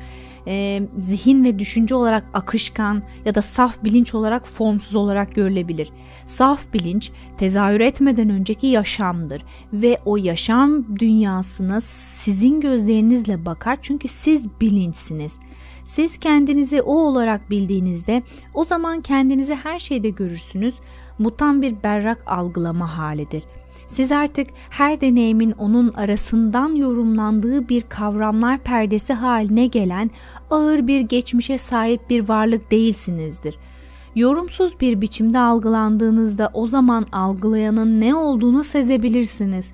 zihin ve düşünce olarak akışkan ya da saf bilinç olarak formsuz olarak görülebilir. Saf bilinç tezahür etmeden önceki yaşamdır ve o yaşam dünyasına sizin gözlerinizle bakar çünkü siz bilinçsiniz. Siz kendinizi o olarak bildiğinizde o zaman kendinizi her şeyde görürsünüz. Bu tam bir berrak algılama halidir. Siz artık her deneyimin onun arasından yorumlandığı bir kavramlar perdesi haline gelen ağır bir geçmişe sahip bir varlık değilsinizdir. Yorumsuz bir biçimde algılandığınızda o zaman algılayanın ne olduğunu sezebilirsiniz.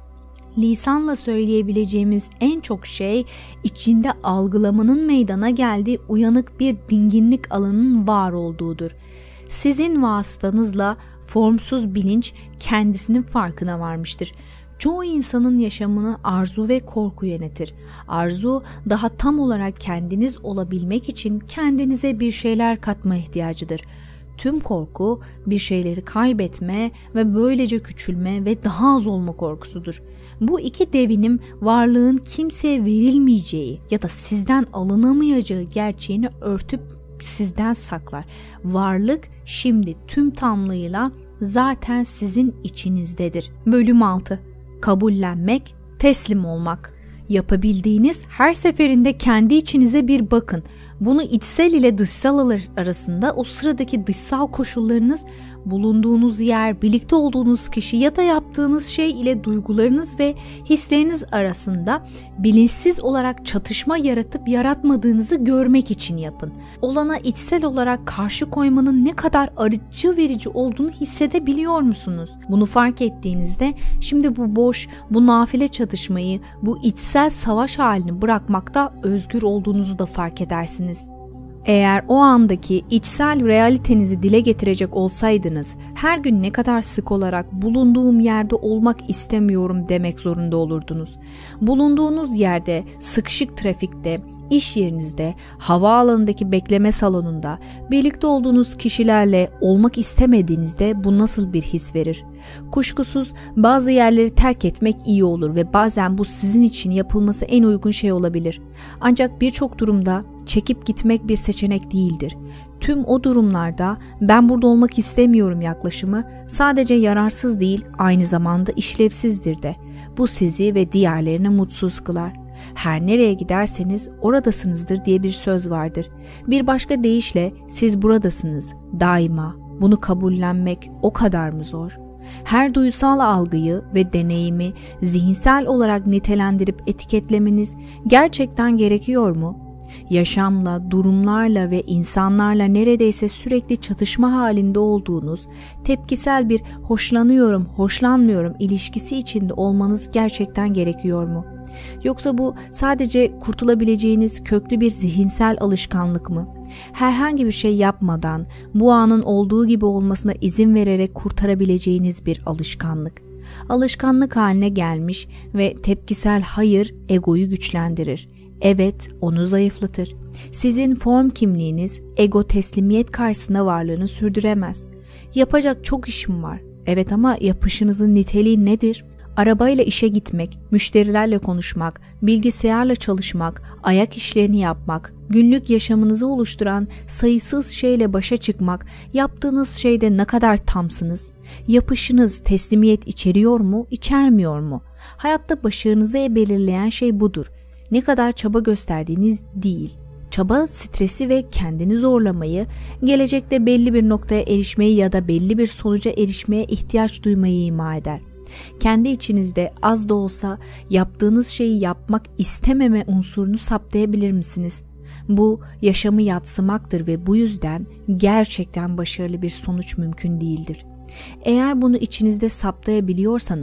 Lisanla söyleyebileceğimiz en çok şey içinde algılamanın meydana geldiği uyanık bir dinginlik alanının var olduğudur. Sizin vasıtanızla formsuz bilinç kendisinin farkına varmıştır. Çoğu insanın yaşamını arzu ve korku yönetir. Arzu daha tam olarak kendiniz olabilmek için kendinize bir şeyler katma ihtiyacıdır. Tüm korku bir şeyleri kaybetme ve böylece küçülme ve daha az olma korkusudur. Bu iki devinim varlığın kimseye verilmeyeceği ya da sizden alınamayacağı gerçeğini örtüp sizden saklar. Varlık şimdi tüm tamlığıyla zaten sizin içinizdedir. Bölüm 6. Kabullenmek, teslim olmak. Yapabildiğiniz her seferinde kendi içinize bir bakın. Bunu içsel ile dışsal arasında o sıradaki dışsal koşullarınız, bulunduğunuz yer, birlikte olduğunuz kişi ya da yaptığınız şey ile duygularınız ve hisleriniz arasında bilinçsiz olarak çatışma yaratıp yaratmadığınızı görmek için yapın. Olana içsel olarak karşı koymanın ne kadar arıcı verici olduğunu hissedebiliyor musunuz? Bunu fark ettiğinizde şimdi bu boş, bu nafile çatışmayı, bu içsel savaş halini bırakmakta özgür olduğunuzu da fark edersiniz. Eğer o andaki içsel realitenizi dile getirecek olsaydınız, her gün ne kadar sık olarak bulunduğum yerde olmak istemiyorum demek zorunda olurdunuz. Bulunduğunuz yerde, sıkışık trafikte, iş yerinizde, havaalanındaki bekleme salonunda, birlikte olduğunuz kişilerle olmak istemediğinizde bu nasıl bir his verir? Kuşkusuz bazı yerleri terk etmek iyi olur ve bazen bu sizin için yapılması en uygun şey olabilir. Ancak birçok durumda çekip gitmek bir seçenek değildir. Tüm o durumlarda ben burada olmak istemiyorum yaklaşımı sadece yararsız değil, aynı zamanda işlevsizdir de. Bu sizi ve diğerlerini mutsuz kılar. Her nereye giderseniz oradasınızdır diye bir söz vardır. Bir başka deyişle siz buradasınız, daima. Bunu kabullenmek o kadar mı zor? Her duysal algıyı ve deneyimi zihinsel olarak nitelendirip etiketlemeniz gerçekten gerekiyor mu? Yaşamla, durumlarla ve insanlarla neredeyse sürekli çatışma halinde olduğunuz, tepkisel bir hoşlanıyorum, hoşlanmıyorum ilişkisi içinde olmanız gerçekten gerekiyor mu? Yoksa bu sadece kurtulabileceğiniz köklü bir zihinsel alışkanlık mı? Herhangi bir şey yapmadan bu anın olduğu gibi olmasına izin vererek kurtarabileceğiniz bir alışkanlık. Alışkanlık haline gelmiş ve tepkisel hayır egoyu güçlendirir. Evet, onu zayıflatır. Sizin form kimliğiniz ego teslimiyet karşısında varlığını sürdüremez. Yapacak çok işim var. Evet ama yapışınızın niteliği nedir? Arabayla işe gitmek, müşterilerle konuşmak, bilgisayarla çalışmak, ayak işlerini yapmak, günlük yaşamınızı oluşturan sayısız şeyle başa çıkmak, yaptığınız şeyde ne kadar tamsınız? Yapışınız teslimiyet içeriyor mu, içermiyor mu? Hayatta başarınızı belirleyen şey budur. Ne kadar çaba gösterdiğiniz değil. Çaba stresi ve kendini zorlamayı, gelecekte belli bir noktaya erişmeyi ya da belli bir sonuca erişmeye ihtiyaç duymayı ima eder. Kendi içinizde az da olsa yaptığınız şeyi yapmak istememe unsurunu saptayabilir misiniz? Bu yaşamı yadsımaktır ve bu yüzden gerçekten başarılı bir sonuç mümkün değildir. Eğer bunu içinizde saptayabiliyorsanız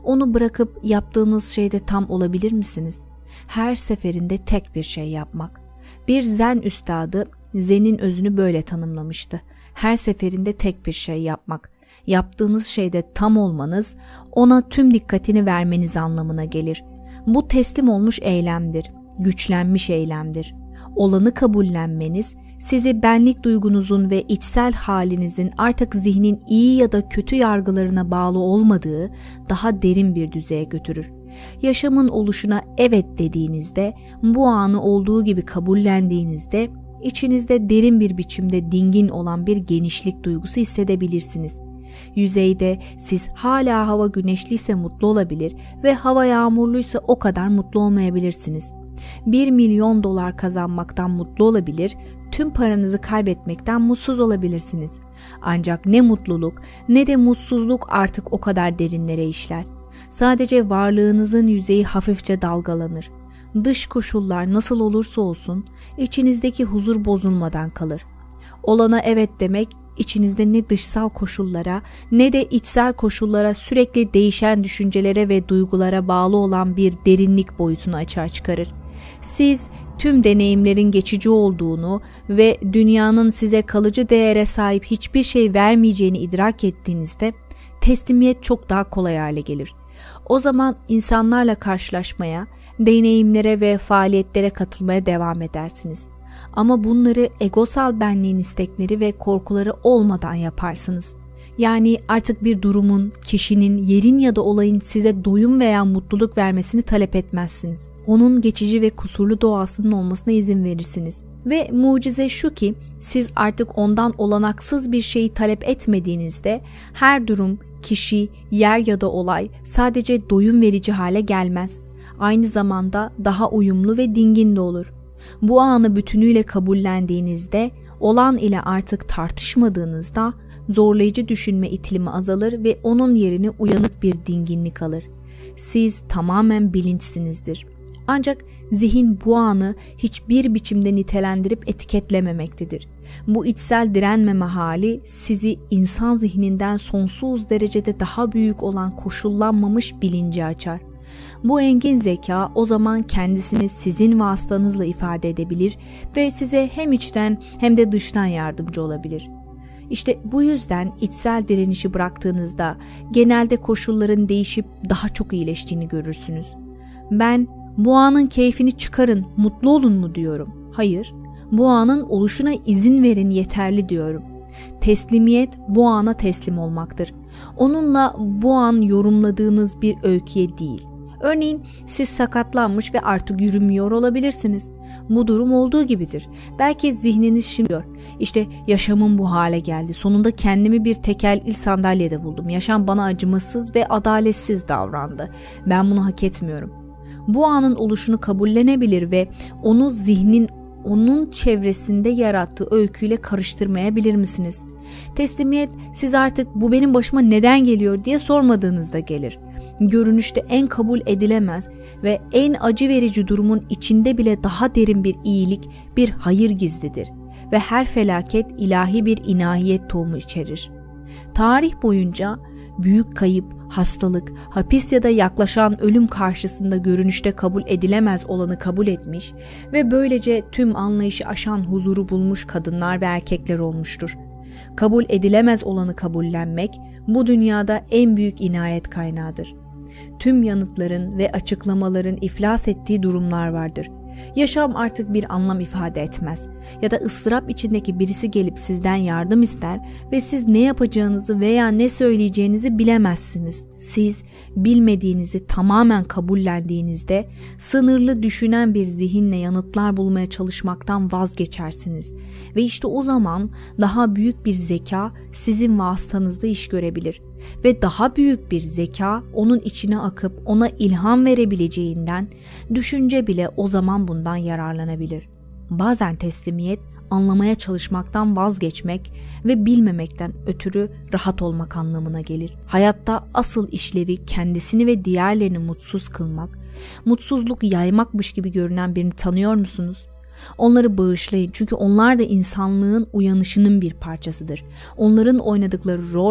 Onu bırakıp yaptığınız şeyde tam olabilir misiniz? Her seferinde tek bir şey yapmak. Bir zen üstadı zenin özünü böyle tanımlamıştı. Her seferinde tek bir şey yapmak. Yaptığınız şeyde tam olmanız, ona tüm dikkatini vermeniz anlamına gelir. Bu teslim olmuş eylemdir, güçlenmiş eylemdir. Olanı kabullenmeniz, sizi benlik duygunuzun ve içsel halinizin artık zihnin iyi ya da kötü yargılarına bağlı olmadığı daha derin bir düzeye götürür. Yaşamın oluşuna evet dediğinizde, bu anı olduğu gibi kabullendiğinizde, içinizde derin bir biçimde dingin olan bir genişlik duygusu hissedebilirsiniz. Yüzeyde siz hala hava güneşliyse mutlu olabilir ve hava yağmurluysa o kadar mutlu olmayabilirsiniz. 1 milyon dolar kazanmaktan mutlu olabilir, tüm paranızı kaybetmekten mutsuz olabilirsiniz. Ancak ne mutluluk ne de mutsuzluk artık o kadar derinlere işler. Sadece varlığınızın yüzeyi hafifçe dalgalanır. Dış koşullar nasıl olursa olsun içinizdeki huzur bozulmadan kalır. Olana evet demek, içinizde ne dışsal koşullara ne de içsel koşullara sürekli değişen düşüncelere ve duygulara bağlı olan bir derinlik boyutunu açığa çıkarır. Siz tüm deneyimlerin geçici olduğunu ve dünyanın size kalıcı değere sahip hiçbir şey vermeyeceğini idrak ettiğinizde teslimiyet çok daha kolay hale gelir. O zaman insanlarla karşılaşmaya, deneyimlere ve faaliyetlere katılmaya devam edersiniz. Ama bunları egosal benliğin istekleri ve korkuları olmadan yaparsınız. Yani artık bir durumun, kişinin, yerin ya da olayın size doyum veya mutluluk vermesini talep etmezsiniz. Onun geçici ve kusurlu doğasının olmasına izin verirsiniz. Ve mucize şu ki siz artık ondan olanaksız bir şeyi talep etmediğinizde her durum, kişi, yer ya da olay sadece doyum verici hale gelmez. Aynı zamanda daha uyumlu ve dingin de olur. Bu anı bütünüyle kabullendiğinizde, olan ile artık tartışmadığınızda zorlayıcı düşünme itilimi azalır ve onun yerine uyanık bir dinginlik alır. Siz tamamen bilinçsinizdir. Ancak zihin bu anı hiçbir biçimde nitelendirip etiketlememektedir. Bu içsel direnmeme hali sizi insan zihninden sonsuz derecede daha büyük olan koşullanmamış bilinci açar. Bu engin zeka o zaman kendisini sizin vasıtanızla ifade edebilir ve size hem içten hem de dıştan yardımcı olabilir. İşte bu yüzden içsel direnişi bıraktığınızda genelde koşulların değişip daha çok iyileştiğini görürsünüz. Ben bu anın keyfini çıkarın, mutlu olun mu diyorum? Hayır, bu anın oluşuna izin verin yeterli diyorum. Teslimiyet bu ana teslim olmaktır. Onunla bu an yorumladığınız bir öyküye değil. Örneğin siz sakatlanmış ve artık yürümüyor olabilirsiniz. Bu durum olduğu gibidir. Belki zihniniz şimdi diyor, İşte yaşamım bu hale geldi. Sonunda kendimi bir tekerlekli sandalyede buldum. Yaşam bana acımasız ve adaletsiz davrandı. Ben bunu hak etmiyorum. Bu anın oluşunu kabullenebilir ve onu zihnin onun çevresinde yarattığı öyküyle karıştırmayabilir misiniz? Teslimiyet siz artık bu benim başıma neden geliyor diye sormadığınızda gelir. Görünüşte en kabul edilemez ve en acı verici durumun içinde bile daha derin bir iyilik, bir hayır gizlidir ve her felaket ilahi bir inayet tohumu içerir. Tarih boyunca büyük kayıp, hastalık, hapis ya da yaklaşan ölüm karşısında görünüşte kabul edilemez olanı kabul etmiş ve böylece tüm anlayışı aşan huzuru bulmuş kadınlar ve erkekler olmuştur. Kabul edilemez olanı kabullenmek bu dünyada en büyük inayet kaynağıdır. Tüm yanıtların ve açıklamaların iflas ettiği durumlar vardır. Yaşam artık bir anlam ifade etmez ya da ıstırap içindeki birisi gelip sizden yardım ister ve siz ne yapacağınızı veya ne söyleyeceğinizi bilemezsiniz. Siz bilmediğinizi tamamen kabullendiğinizde sınırlı düşünen bir zihinle yanıtlar bulmaya çalışmaktan vazgeçersiniz ve işte o zaman daha büyük bir zeka sizin vasıtanızda iş görebilir. Ve daha büyük bir zeka onun içine akıp ona ilham verebileceğinden düşünce bile o zaman bundan yararlanabilir. Bazen teslimiyet anlamaya çalışmaktan vazgeçmek ve bilmemekten ötürü rahat olmak anlamına gelir. Hayatta asıl işlevi kendisini ve diğerlerini mutsuz kılmak, mutsuzluk yaymakmış gibi görünen birini tanıyor musunuz? Onları bağışlayın çünkü onlar da insanlığın uyanışının bir parçasıdır. Onların oynadıkları rol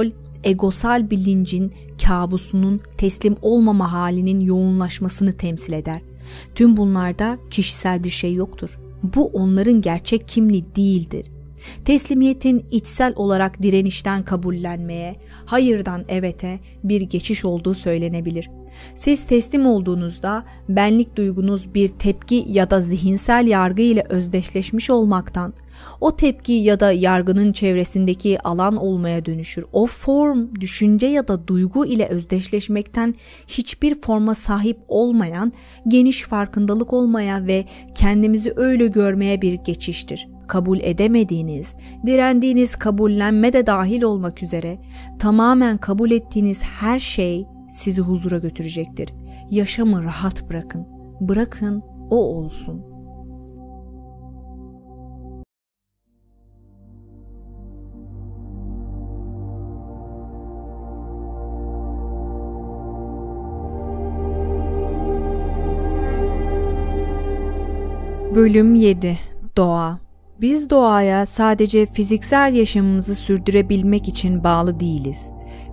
egosal bilincin kabusunun teslim olmama halinin yoğunlaşmasını temsil eder. Tüm bunlarda kişisel bir şey yoktur. Bu onların gerçek kimliği değildir. Teslimiyetin içsel olarak direnişten kabullenmeye, hayırdan evete bir geçiş olduğu söylenebilir. Siz teslim olduğunuzda benlik duygunuz bir tepki ya da zihinsel yargı ile özdeşleşmiş olmaktan, o tepki ya da yargının çevresindeki alan olmaya dönüşür. O form, düşünce ya da duygu ile özdeşleşmekten hiçbir forma sahip olmayan, geniş farkındalık olmaya ve kendimizi öyle görmeye bir geçiştir. Kabul edemediğiniz, direndiğiniz kabullenme de dahil olmak üzere tamamen kabul ettiğiniz her şey sizi huzura götürecektir. Yaşamı rahat bırakın. Bırakın o olsun. Bölüm 7. Doğa. Biz doğaya sadece fiziksel yaşamımızı sürdürebilmek için bağlı değiliz.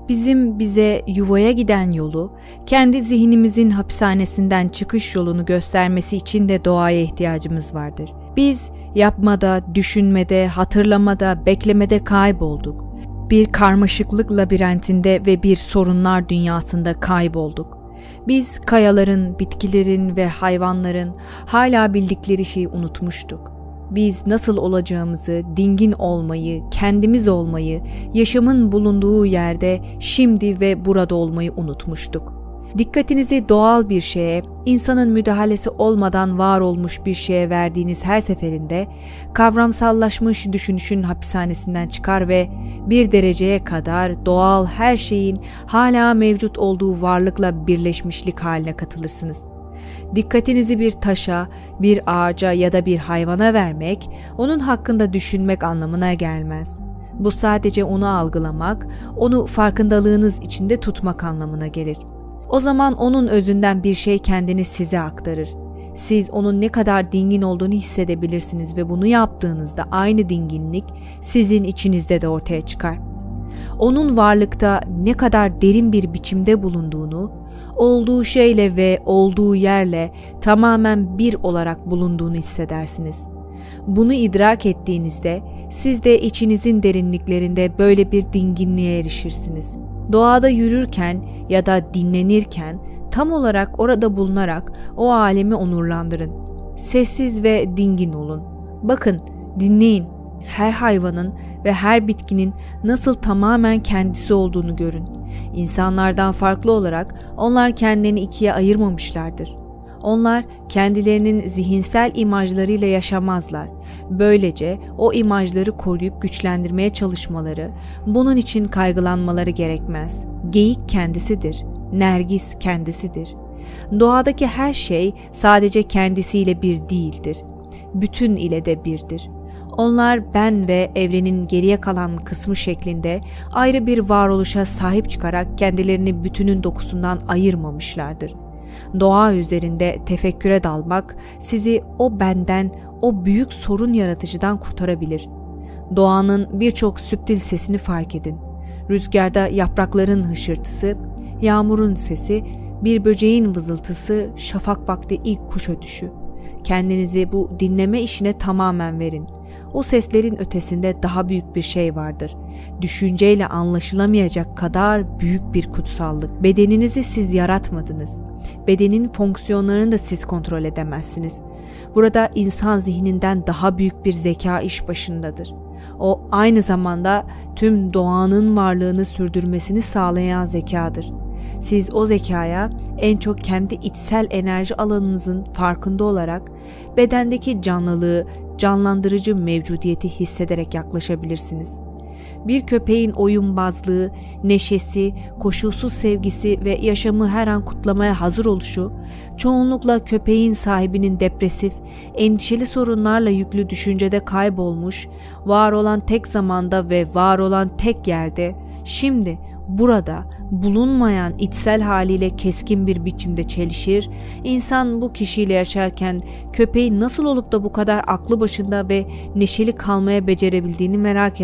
Bize yuvaya giden yolu, kendi zihnimizin hapishanesinden çıkış yolunu göstermesi için de doğaya ihtiyacımız vardır. Biz yapmada, düşünmede, hatırlamada, beklemede kaybolduk. Bir karmaşıklık labirentinde ve bir sorunlar dünyasında kaybolduk. Biz kayaların, bitkilerin ve hayvanların hala bildikleri şeyi unutmuştuk. Biz nasıl olacağımızı, dingin olmayı, kendimiz olmayı, yaşamın bulunduğu yerde, şimdi ve burada olmayı unutmuştuk. Dikkatinizi doğal bir şeye, insanın müdahalesi olmadan var olmuş bir şeye verdiğiniz her seferinde kavramsallaşmış düşünüşün hapishanesinden çıkar ve bir dereceye kadar doğal her şeyin hala mevcut olduğu varlıkla birleşmişlik haline katılırsınız. Dikkatinizi bir taşa, bir ağaca ya da bir hayvana vermek, onun hakkında düşünmek anlamına gelmez. Bu sadece onu algılamak, onu farkındalığınız içinde tutmak anlamına gelir. O zaman onun özünden bir şey kendini size aktarır. Siz onun ne kadar dingin olduğunu hissedebilirsiniz ve bunu yaptığınızda aynı dinginlik sizin içinizde de ortaya çıkar. Onun varlıkta ne kadar derin bir biçimde bulunduğunu, olduğu şeyle ve olduğu yerle tamamen bir olarak bulunduğunu hissedersiniz. Bunu idrak ettiğinizde siz de içinizin derinliklerinde böyle bir dinginliğe erişirsiniz. Doğada yürürken ya da dinlenirken tam olarak orada bulunarak o alemi onurlandırın. Sessiz ve dingin olun. Bakın, dinleyin. Her hayvanın ve her bitkinin nasıl tamamen kendisi olduğunu görün. İnsanlardan farklı olarak onlar kendilerini ikiye ayırmamışlardır. Onlar kendilerinin zihinsel imajlarıyla yaşamazlar. Böylece o imajları koruyup güçlendirmeye çalışmaları, bunun için kaygılanmaları gerekmez. Geyik kendisidir, nergis kendisidir. Doğadaki her şey sadece kendisiyle bir değildir. Bütün ile de birdir. Onlar ben ve evrenin geriye kalan kısmı şeklinde ayrı bir varoluşa sahip çıkarak kendilerini bütünün dokusundan ayırmamışlardır. Doğa üzerinde tefekküre dalmak sizi o benden, o büyük sorun yaratıcıdan kurtarabilir. Doğanın birçok süptil sesini fark edin. Rüzgarda yaprakların hışırtısı, yağmurun sesi, bir böceğin vızıltısı, şafak vakti ilk kuş ötüşü. Kendinizi bu dinleme işine tamamen verin. O seslerin ötesinde daha büyük bir şey vardır. Düşünceyle anlaşılamayacak kadar büyük bir kutsallık. Bedeninizi siz yaratmadınız. Bedenin fonksiyonlarını da siz kontrol edemezsiniz. Burada insan zihninden daha büyük bir zeka iş başındadır. O aynı zamanda tüm doğanın varlığını sürdürmesini sağlayan zekadır. Siz o zekaya en çok kendi içsel enerji alanınızın farkında olarak bedendeki canlılığı, canlandırıcı mevcudiyeti hissederek yaklaşabilirsiniz. Bir köpeğin oyunbazlığı, neşesi, koşulsuz sevgisi ve yaşamı her an kutlamaya hazır oluşu, çoğunlukla köpeğin sahibinin depresif, endişeli sorunlarla yüklü düşüncede kaybolmuş, var olan tek zamanda ve var olan tek yerde, şimdi, burada, bulunmayan içsel haliyle keskin bir biçimde çelişir, insan bu kişiyle yaşarken köpeğin nasıl olup da bu kadar aklı başında ve neşeli kalmaya becerebildiğini merak eder.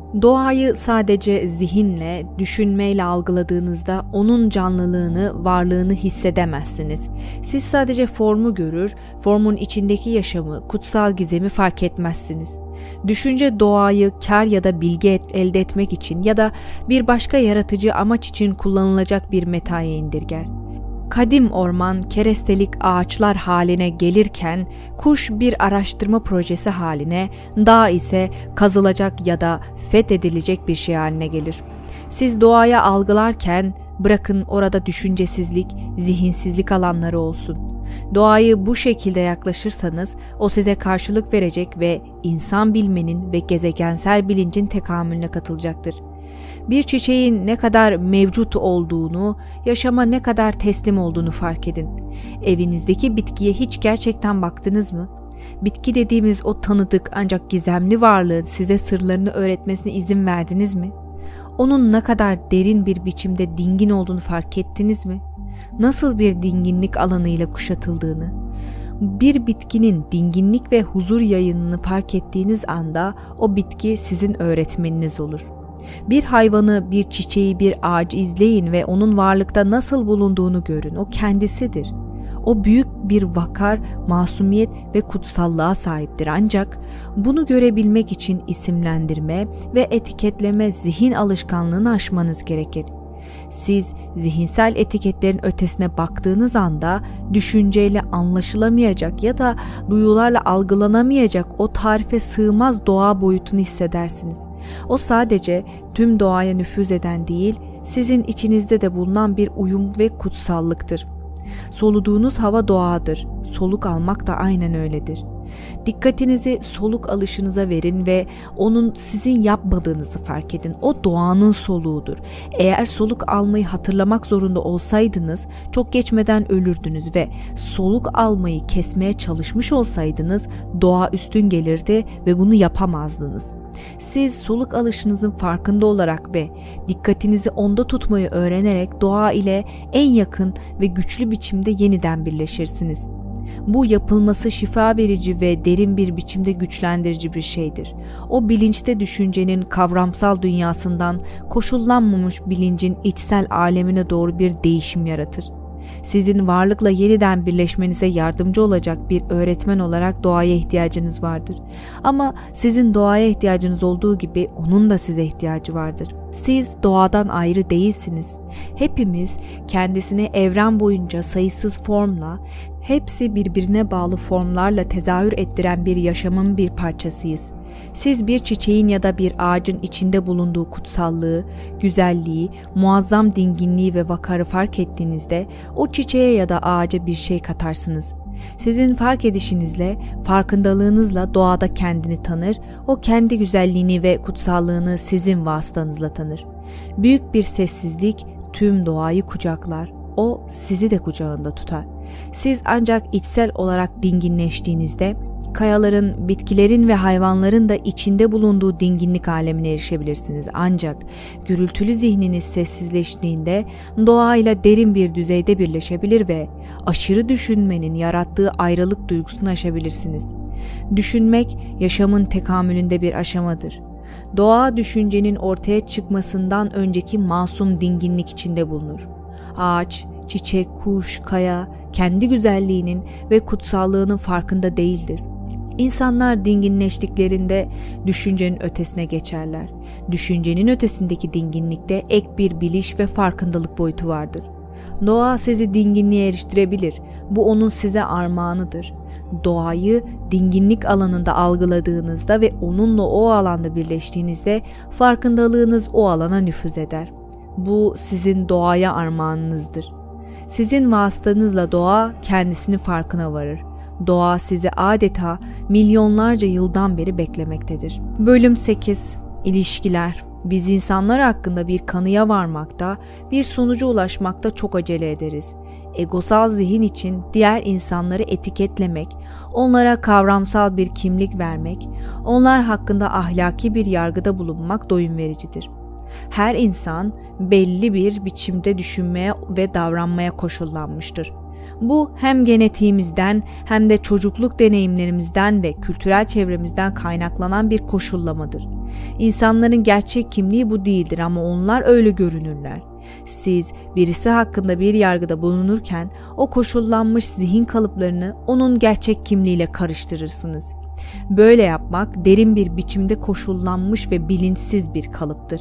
Doğayı sadece zihinle, düşünmeyle algıladığınızda onun canlılığını, varlığını hissedemezsiniz. Siz sadece formu görür, formun içindeki yaşamı, kutsal gizemi fark etmezsiniz. Düşünce doğayı kar ya da bilgi elde etmek için ya da bir başka yaratıcı amaç için kullanılacak bir metaya indirger. Kadim orman kerestelik ağaçlar haline gelirken kuş bir araştırma projesi haline, dağ ise kazılacak ya da fethedilecek bir şey haline gelir. Siz doğaya algılarken bırakın orada düşüncesizlik, zihinsizlik alanları olsun. Doğayı bu şekilde yaklaşırsanız o size karşılık verecek ve insan bilmenin ve gezegensel bilincin tekamülüne katılacaktır. Bir çiçeğin ne kadar mevcut olduğunu, yaşama ne kadar teslim olduğunu fark edin. Evinizdeki bitkiye hiç gerçekten baktınız mı? Bitki dediğimiz o tanıdık ancak gizemli varlığın size sırlarını öğretmesine izin verdiniz mi? Onun ne kadar derin bir biçimde dingin olduğunu fark ettiniz mi? Nasıl bir dinginlik alanıyla kuşatıldığını? Bir bitkinin dinginlik ve huzur yayınını fark ettiğiniz anda o bitki sizin öğretmeniniz olur. Bir hayvanı, bir çiçeği, bir ağacı izleyin ve onun varlıkta nasıl bulunduğunu görün. O kendisidir. O büyük bir vakar, masumiyet ve kutsallığa sahiptir. Ancak bunu görebilmek için isimlendirme ve etiketleme zihin alışkanlığını aşmanız gerekir. Siz zihinsel etiketlerin ötesine baktığınız anda düşünceyle anlaşılamayacak ya da duyularla algılanamayacak o tarife sığmaz doğa boyutunu hissedersiniz. O sadece tüm doğaya nüfuz eden değil, sizin içinizde de bulunan bir uyum ve kutsallıktır. Soluduğunuz hava doğadır. Soluk almak da aynen öyledir. Dikkatinizi soluk alışınıza verin ve onun sizin yapmadığınızı fark edin. O doğanın soluğudur. Eğer soluk almayı hatırlamak zorunda olsaydınız çok geçmeden ölürdünüz ve soluk almayı kesmeye çalışmış olsaydınız doğa üstün gelirdi ve bunu yapamazdınız. Siz soluk alışınızın farkında olarak ve dikkatinizi onda tutmayı öğrenerek doğa ile en yakın ve güçlü biçimde yeniden birleşirsiniz. Bu yapılması şifa verici ve derin bir biçimde güçlendirici bir şeydir. O bilinçte düşüncenin kavramsal dünyasından koşullanmamış bilincin içsel alemine doğru bir değişim yaratır. Sizin varlıkla yeniden birleşmenize yardımcı olacak bir öğretmen olarak doğaya ihtiyacınız vardır. Ama sizin doğaya ihtiyacınız olduğu gibi onun da size ihtiyacı vardır. Siz doğadan ayrı değilsiniz. Hepimiz kendisini evren boyunca sayısız formla, hepsi birbirine bağlı formlarla tezahür ettiren bir yaşamın bir parçasıyız. Siz bir çiçeğin ya da bir ağacın içinde bulunduğu kutsallığı, güzelliği, muazzam dinginliği ve vakarı fark ettiğinizde o çiçeğe ya da ağaca bir şey katarsınız. Sizin fark edişinizle, farkındalığınızla doğada kendini tanır, o kendi güzelliğini ve kutsallığını sizin vasıtanızla tanır. Büyük bir sessizlik tüm doğayı kucaklar, o sizi de kucağında tutar. Siz ancak içsel olarak dinginleştiğinizde, kayaların, bitkilerin ve hayvanların da içinde bulunduğu dinginlik alemine erişebilirsiniz. Ancak gürültülü zihniniz sessizleştiğinde doğayla derin bir düzeyde birleşebilir ve aşırı düşünmenin yarattığı ayrılık duygusunu aşabilirsiniz. Düşünmek yaşamın tekamülünde bir aşamadır. Doğa düşüncenin ortaya çıkmasından önceki masum dinginlik içinde bulunur. Ağaç, çiçek, kuş, kaya kendi güzelliğinin ve kutsallığının farkında değildir. İnsanlar dinginleştiklerinde düşüncenin ötesine geçerler. Düşüncenin ötesindeki dinginlikte ek bir biliş ve farkındalık boyutu vardır. Doğa sizi dinginliğe eriştirebilir. Bu onun size armağanıdır. Doğayı dinginlik alanında algıladığınızda ve onunla o alanda birleştiğinizde farkındalığınız o alana nüfuz eder. Bu sizin doğaya armağanınızdır. Sizin vasıtanızla doğa kendisini farkına varır. Doğa sizi adeta milyonlarca yıldan beri beklemektedir. Bölüm 8. İlişkiler. Biz insanlar hakkında bir kanıya varmakta, bir sonuca ulaşmakta çok acele ederiz. Egosal zihin için diğer insanları etiketlemek, onlara kavramsal bir kimlik vermek, onlar hakkında ahlaki bir yargıda bulunmak doyum vericidir. Her insan belli bir biçimde düşünmeye ve davranmaya koşullanmıştır. Bu hem genetiğimizden hem de çocukluk deneyimlerimizden ve kültürel çevremizden kaynaklanan bir koşullamadır. İnsanların gerçek kimliği bu değildir ama onlar öyle görünürler. Siz birisi hakkında bir yargıda bulunurken o koşullanmış zihin kalıplarını onun gerçek kimliğiyle karıştırırsınız. Böyle yapmak derin bir biçimde koşullanmış ve bilinçsiz bir kalıptır.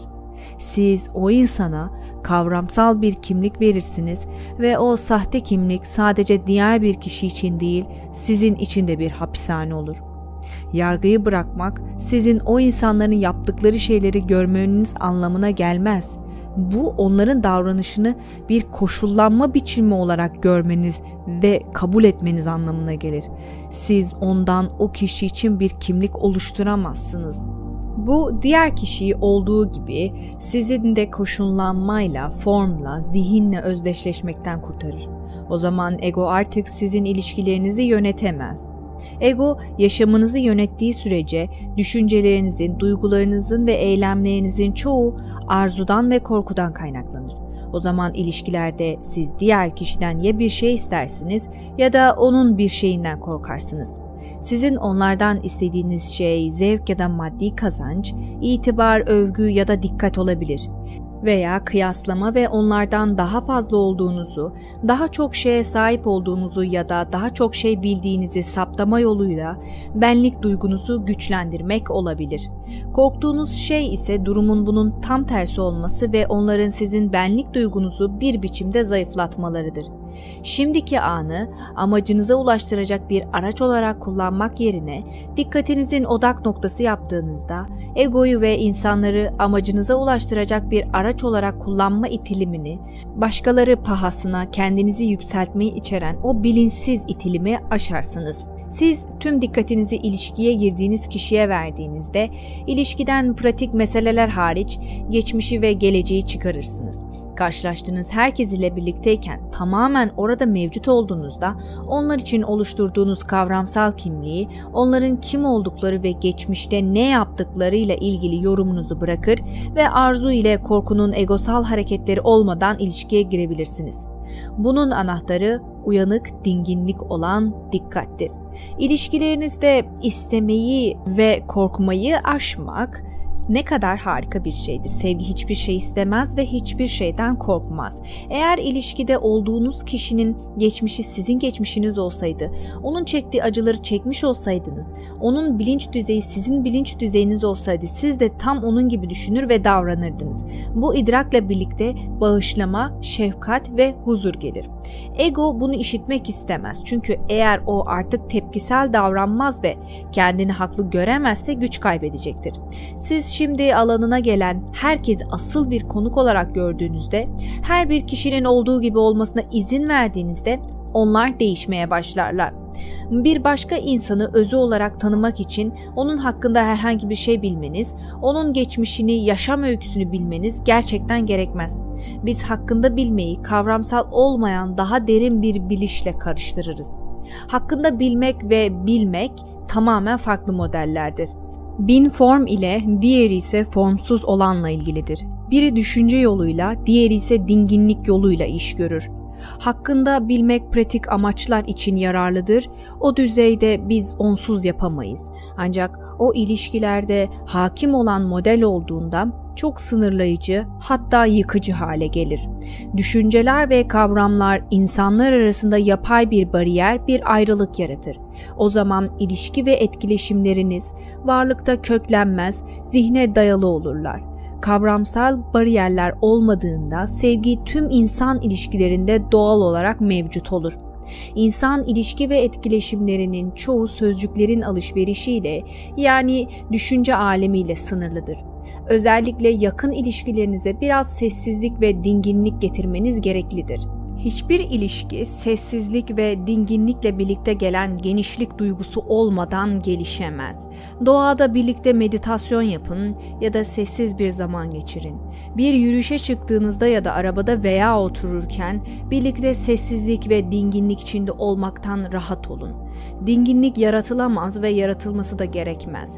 Siz o insana kavramsal bir kimlik verirsiniz ve o sahte kimlik sadece diğer bir kişi için değil, sizin için de bir hapishane olur. Yargıyı bırakmak, sizin o insanların yaptıkları şeyleri görmeniz anlamına gelmez. Bu onların davranışını bir koşullanma biçimi olarak görmeniz ve kabul etmeniz anlamına gelir. Siz ondan o kişi için bir kimlik oluşturamazsınız. Bu diğer kişiyi olduğu gibi sizin de koşullanmayla, formla, zihinle özdeşleşmekten kurtarır. O zaman ego artık sizin ilişkilerinizi yönetemez. Ego yaşamınızı yönettiği sürece düşüncelerinizin, duygularınızın ve eylemlerinizin çoğu arzudan ve korkudan kaynaklanır. O zaman ilişkilerde siz diğer kişiden ya bir şey istersiniz ya da onun bir şeyinden korkarsınız. Sizin onlardan istediğiniz şey zevk ya da maddi kazanç, itibar, övgü ya da dikkat olabilir. Veya kıyaslama ve onlardan daha fazla olduğunuzu, daha çok şeye sahip olduğunuzu ya da daha çok şey bildiğinizi saptama yoluyla benlik duygunuzu güçlendirmek olabilir. Korktuğunuz şey ise durumun bunun tam tersi olması ve onların sizin benlik duygunuzu bir biçimde zayıflatmalarıdır. Şimdiki anı amacınıza ulaştıracak bir araç olarak kullanmak yerine dikkatinizin odak noktası yaptığınızda egoyu ve insanları amacınıza ulaştıracak bir araç olarak kullanma itilimini, başkaları pahasına kendinizi yükseltmeyi içeren o bilinçsiz itilimi aşarsınız. Siz tüm dikkatinizi ilişkiye girdiğiniz kişiye verdiğinizde ilişkiden pratik meseleler hariç geçmişi ve geleceği çıkarırsınız. Karşılaştığınız herkes ile birlikteyken tamamen orada mevcut olduğunuzda onlar için oluşturduğunuz kavramsal kimliği, onların kim oldukları ve geçmişte ne yaptıklarıyla ilgili yorumunuzu bırakır ve arzu ile korkunun egosal hareketleri olmadan ilişkiye girebilirsiniz. Bunun anahtarı uyanık, dinginlik olan dikkattir. İlişkilerinizde istemeyi ve korkmayı aşmak ne kadar harika bir şeydir. Sevgi hiçbir şey istemez ve hiçbir şeyden korkmaz. Eğer ilişkide olduğunuz kişinin geçmişi sizin geçmişiniz olsaydı, onun çektiği acıları çekmiş olsaydınız, onun bilinç düzeyi sizin bilinç düzeyiniz olsaydı siz de tam onun gibi düşünür ve davranırdınız. Bu idrakla birlikte bağışlama, şefkat ve huzur gelir. Ego bunu işitmek istemez. Çünkü eğer o artık tepkisel davranmaz ve kendini haklı göremezse güç kaybedecektir. Siz şimdi alanına gelen herkesi asıl bir konuk olarak gördüğünüzde, her bir kişinin olduğu gibi olmasına izin verdiğinizde onlar değişmeye başlarlar. Bir başka insanı özü olarak tanımak için onun hakkında herhangi bir şey bilmeniz, onun geçmişini, yaşam öyküsünü bilmeniz gerçekten gerekmez. Biz hakkında bilmeyi kavramsal olmayan daha derin bir bilişle karıştırırız. Hakkında bilmek ve bilmek tamamen farklı modellerdir. Bin form ile diğeri ise formsuz olanla ilgilidir. Biri düşünce yoluyla, diğeri ise dinginlik yoluyla iş görür. Hakkında bilmek pratik amaçlar için yararlıdır. O düzeyde biz onsuz yapamayız. Ancak o ilişkilerde hakim olan model olduğunda çok sınırlayıcı, hatta yıkıcı hale gelir. Düşünceler ve kavramlar insanlar arasında yapay bir bariyer, bir ayrılık yaratır. O zaman ilişki ve etkileşimleriniz varlıkta köklenmez, zihne dayalı olurlar. Kavramsal bariyerler olmadığında sevgi tüm insan ilişkilerinde doğal olarak mevcut olur. İnsan ilişki ve etkileşimlerinin çoğu sözcüklerin alışverişiyle, yani düşünce alemiyle sınırlıdır. Özellikle yakın ilişkilerinize biraz sessizlik ve dinginlik getirmeniz gereklidir. Hiçbir ilişki sessizlik ve dinginlikle birlikte gelen genişlik duygusu olmadan gelişemez. Doğada birlikte meditasyon yapın ya da sessiz bir zaman geçirin. Bir yürüyüşe çıktığınızda ya da arabada veya otururken birlikte sessizlik ve dinginlik içinde olmaktan rahat olun. Dinginlik yaratılamaz ve yaratılması da gerekmez.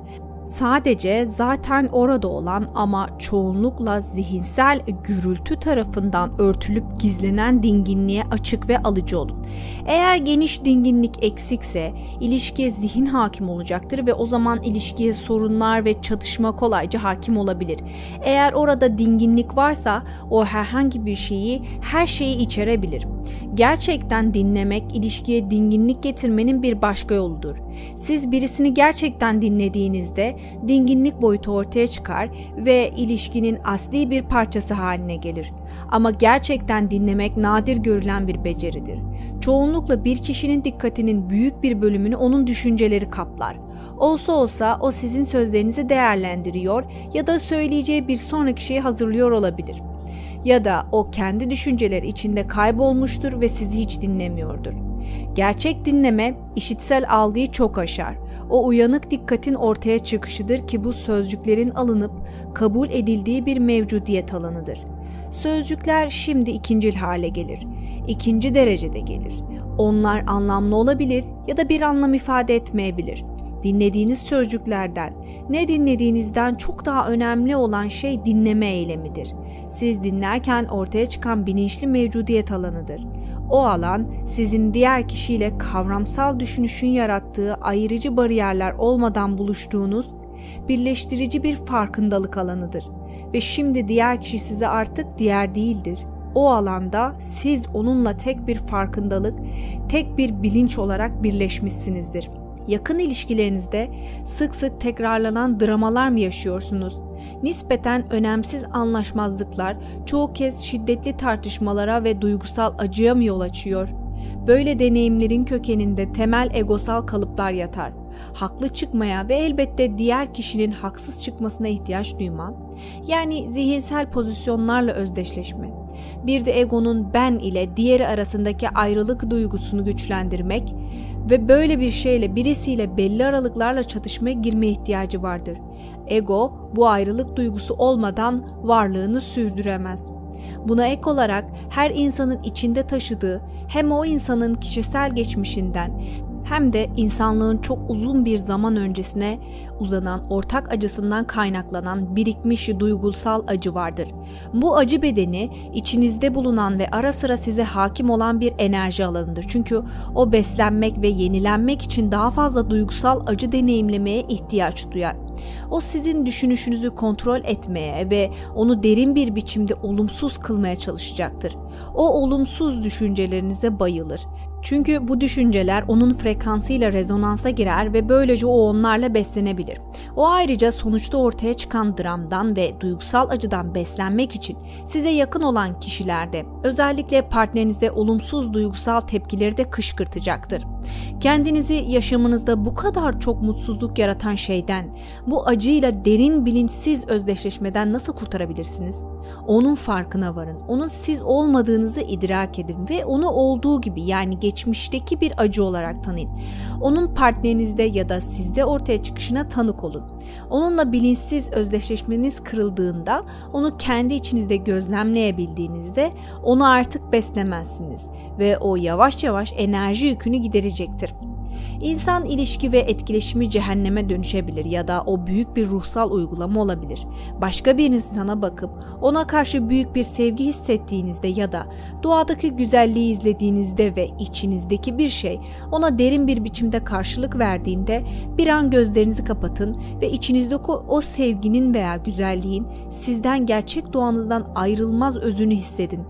sadece zaten orada olan ama çoğunlukla zihinsel gürültü tarafından örtülüp gizlenen dinginliğe açık ve alıcı olun. Eğer geniş dinginlik eksikse ilişkiye zihin hakim olacaktır ve o zaman ilişkiye sorunlar ve çatışma kolayca hakim olabilir. Eğer orada dinginlik varsa o herhangi bir şeyi, her şeyi içerebilir. Gerçekten dinlemek ilişkiye dinginlik getirmenin bir başka yoludur. Siz birisini gerçekten dinlediğinizde dinginlik boyutu ortaya çıkar ve ilişkinin asli bir parçası haline gelir. Ama gerçekten dinlemek nadir görülen bir beceridir. Çoğunlukla bir kişinin dikkatinin büyük bir bölümünü onun düşünceleri kaplar. Olsa olsa o sizin sözlerinizi değerlendiriyor ya da söyleyeceği bir sonraki şeyi hazırlıyor olabilir. Ya da o kendi düşünceleri içinde kaybolmuştur ve sizi hiç dinlemiyordur. Gerçek dinleme işitsel algıyı çok aşar. O uyanık dikkatin ortaya çıkışıdır ki bu sözcüklerin alınıp kabul edildiği bir mevcudiyet alanıdır. Sözcükler şimdi ikincil hale gelir. İkinci derecede gelir. Onlar anlamlı olabilir ya da bir anlam ifade etmeyebilir. Dinlediğiniz sözcüklerden, ne dinlediğinizden çok daha önemli olan şey dinleme eylemidir. Siz dinlerken ortaya çıkan bilinçli mevcudiyet alanıdır. O alan sizin diğer kişiyle kavramsal düşünüşün yarattığı ayrıcı bariyerler olmadan buluştuğunuz birleştirici bir farkındalık alanıdır. Ve şimdi diğer kişi size artık diğer değildir. O alanda siz onunla tek bir farkındalık, tek bir bilinç olarak birleşmişsinizdir. Yakın ilişkilerinizde sık sık tekrarlanan dramalar mı yaşıyorsunuz? Nispeten önemsiz anlaşmazlıklar çoğu kez şiddetli tartışmalara ve duygusal acıya mı yol açıyor? Böyle deneyimlerin kökeninde temel egosal kalıplar yatar. Haklı çıkmaya ve elbette diğer kişinin haksız çıkmasına ihtiyaç duyma, yani zihinsel pozisyonlarla özdeşleşme. Bir de egonun ben ile diğeri arasındaki ayrılık duygusunu güçlendirmek ve böyle bir şeyle birisiyle belli aralıklarla çatışmaya girme ihtiyacı vardır. Ego bu ayrılık duygusu olmadan varlığını sürdüremez. Buna ek olarak her insanın içinde taşıdığı hem o insanın kişisel geçmişinden hem de insanlığın çok uzun bir zaman öncesine uzanan ortak acısından kaynaklanan birikmiş duygusal acı vardır. Bu acı bedeni içinizde bulunan ve ara sıra size hakim olan bir enerji alanıdır. Çünkü o beslenmek ve yenilenmek için daha fazla duygusal acı deneyimlemeye ihtiyaç duyar. O sizin düşünüşünüzü kontrol etmeye ve onu derin bir biçimde olumsuz kılmaya çalışacaktır. O olumsuz düşüncelerinize bayılır. Çünkü bu düşünceler onun frekansıyla rezonansa girer ve böylece o onlarla beslenebilir. O ayrıca sonuçta ortaya çıkan dramdan ve duygusal acıdan beslenmek için size yakın olan kişilerde, özellikle partnerinizde olumsuz duygusal tepkileri de kışkırtacaktır. Kendinizi yaşamınızda bu kadar çok mutsuzluk yaratan şeyden, bu acıyla derin bilinçsiz özdeşleşmeden nasıl kurtarabilirsiniz? Onun farkına varın, onun siz olmadığınızı idrak edin ve onu olduğu gibi, yani geçmişteki bir acı olarak tanıyın. Onun partnerinizde ya da sizde ortaya çıkışına tanık olun. Onunla bilinçsiz özdeşleşmeniz kırıldığında, onu kendi içinizde gözlemleyebildiğinizde onu artık beslemezsiniz ve o yavaş yavaş enerji yükünü giderecektir. İnsan ilişki ve etkileşimi cehenneme dönüşebilir ya da o büyük bir ruhsal uygulama olabilir. Başka bir insana bakıp ona karşı büyük bir sevgi hissettiğinizde ya da doğadaki güzelliği izlediğinizde ve içinizdeki bir şey ona derin bir biçimde karşılık verdiğinde bir an gözlerinizi kapatın ve içinizdeki o sevginin veya güzelliğin sizden, gerçek doğanızdan ayrılmaz özünü hissedin.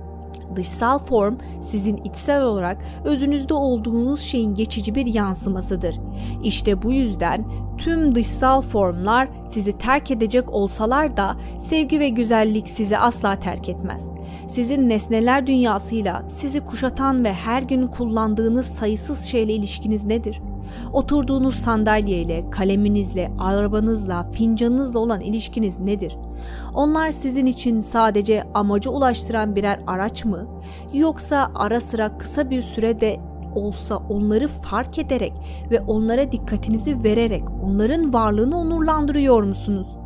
Dışsal form sizin içsel olarak özünüzde olduğunuz şeyin geçici bir yansımasıdır. İşte bu yüzden tüm dışsal formlar sizi terk edecek olsalar da sevgi ve güzellik sizi asla terk etmez. Sizin nesneler dünyasıyla sizi kuşatan ve her gün kullandığınız sayısız şeyle ilişkiniz nedir? Oturduğunuz sandalyeyle, kaleminizle, arabanızla, fincanınızla olan ilişkiniz nedir? Onlar sizin için sadece amaca ulaştıran birer araç mı? Yoksa ara sıra kısa bir sürede olsa onları fark ederek ve onlara dikkatinizi vererek onların varlığını onurlandırıyor musunuz?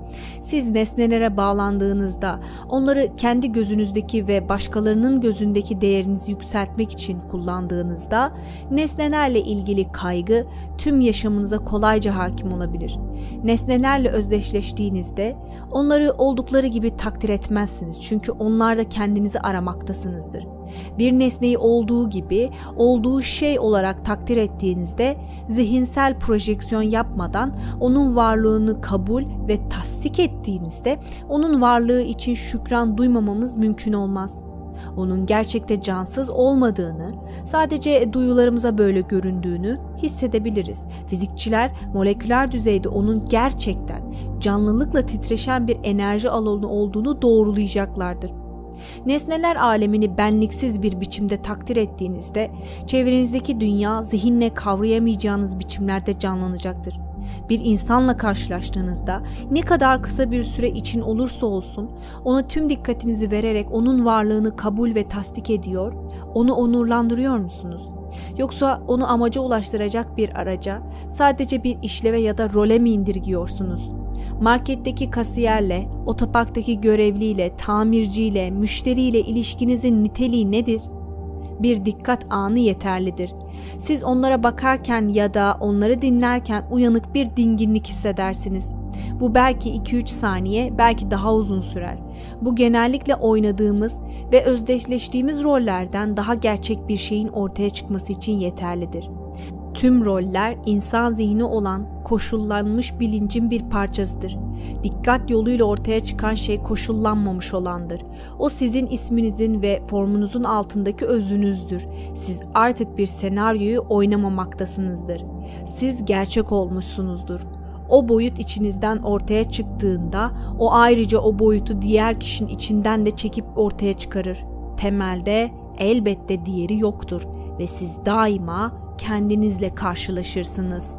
Siz nesnelere bağlandığınızda, onları kendi gözünüzdeki ve başkalarının gözündeki değerinizi yükseltmek için kullandığınızda, nesnelerle ilgili kaygı tüm yaşamınıza kolayca hakim olabilir. Nesnelerle özdeşleştiğinizde onları oldukları gibi takdir etmezsiniz, çünkü onlarda kendinizi aramaktasınızdır. Bir nesneyi olduğu gibi, olduğu şey olarak takdir ettiğinizde, zihinsel projeksiyon yapmadan onun varlığını kabul ve tasdik ettiğinizde, onun varlığı için şükran duymamamız mümkün olmaz. Onun gerçekte cansız olmadığını, sadece duyularımıza böyle göründüğünü hissedebiliriz. Fizikçiler moleküler düzeyde onun gerçekten canlılıkla titreşen bir enerji alanı olduğunu doğrulayacaklardır. Nesneler alemini benliksiz bir biçimde takdir ettiğinizde, çevrenizdeki dünya zihinle kavrayamayacağınız biçimlerde canlanacaktır. Bir insanla karşılaştığınızda ne kadar kısa bir süre için olursa olsun ona tüm dikkatinizi vererek onun varlığını kabul ve tasdik ediyor, onu onurlandırıyor musunuz? Yoksa onu amaca ulaştıracak bir araca, sadece bir işleve ya da role mi indirgiyorsunuz? Marketteki kasiyerle, otoparktaki görevliyle, tamirciyle, müşteriyle ilişkinizin niteliği nedir? Bir dikkat anı yeterlidir. Siz onlara bakarken ya da onları dinlerken uyanık bir dinginlik hissedersiniz. Bu belki 2-3 saniye, belki daha uzun sürer. Bu genellikle oynadığımız ve özdeşleştiğimiz rollerden daha gerçek bir şeyin ortaya çıkması için yeterlidir. Tüm roller insan zihni olan koşullanmış bilincin bir parçasıdır. Dikkat yoluyla ortaya çıkan şey koşullanmamış olandır. O sizin isminizin ve formunuzun altındaki özünüzdür. Siz artık bir senaryoyu oynamamaktasınızdır. Siz gerçek olmuşsunuzdur. O boyut içinizden ortaya çıktığında o ayrıca o boyutu diğer kişinin içinden de çekip ortaya çıkarır. Temelde elbette diğeri yoktur ve siz daima kendinizle karşılaşırsınız.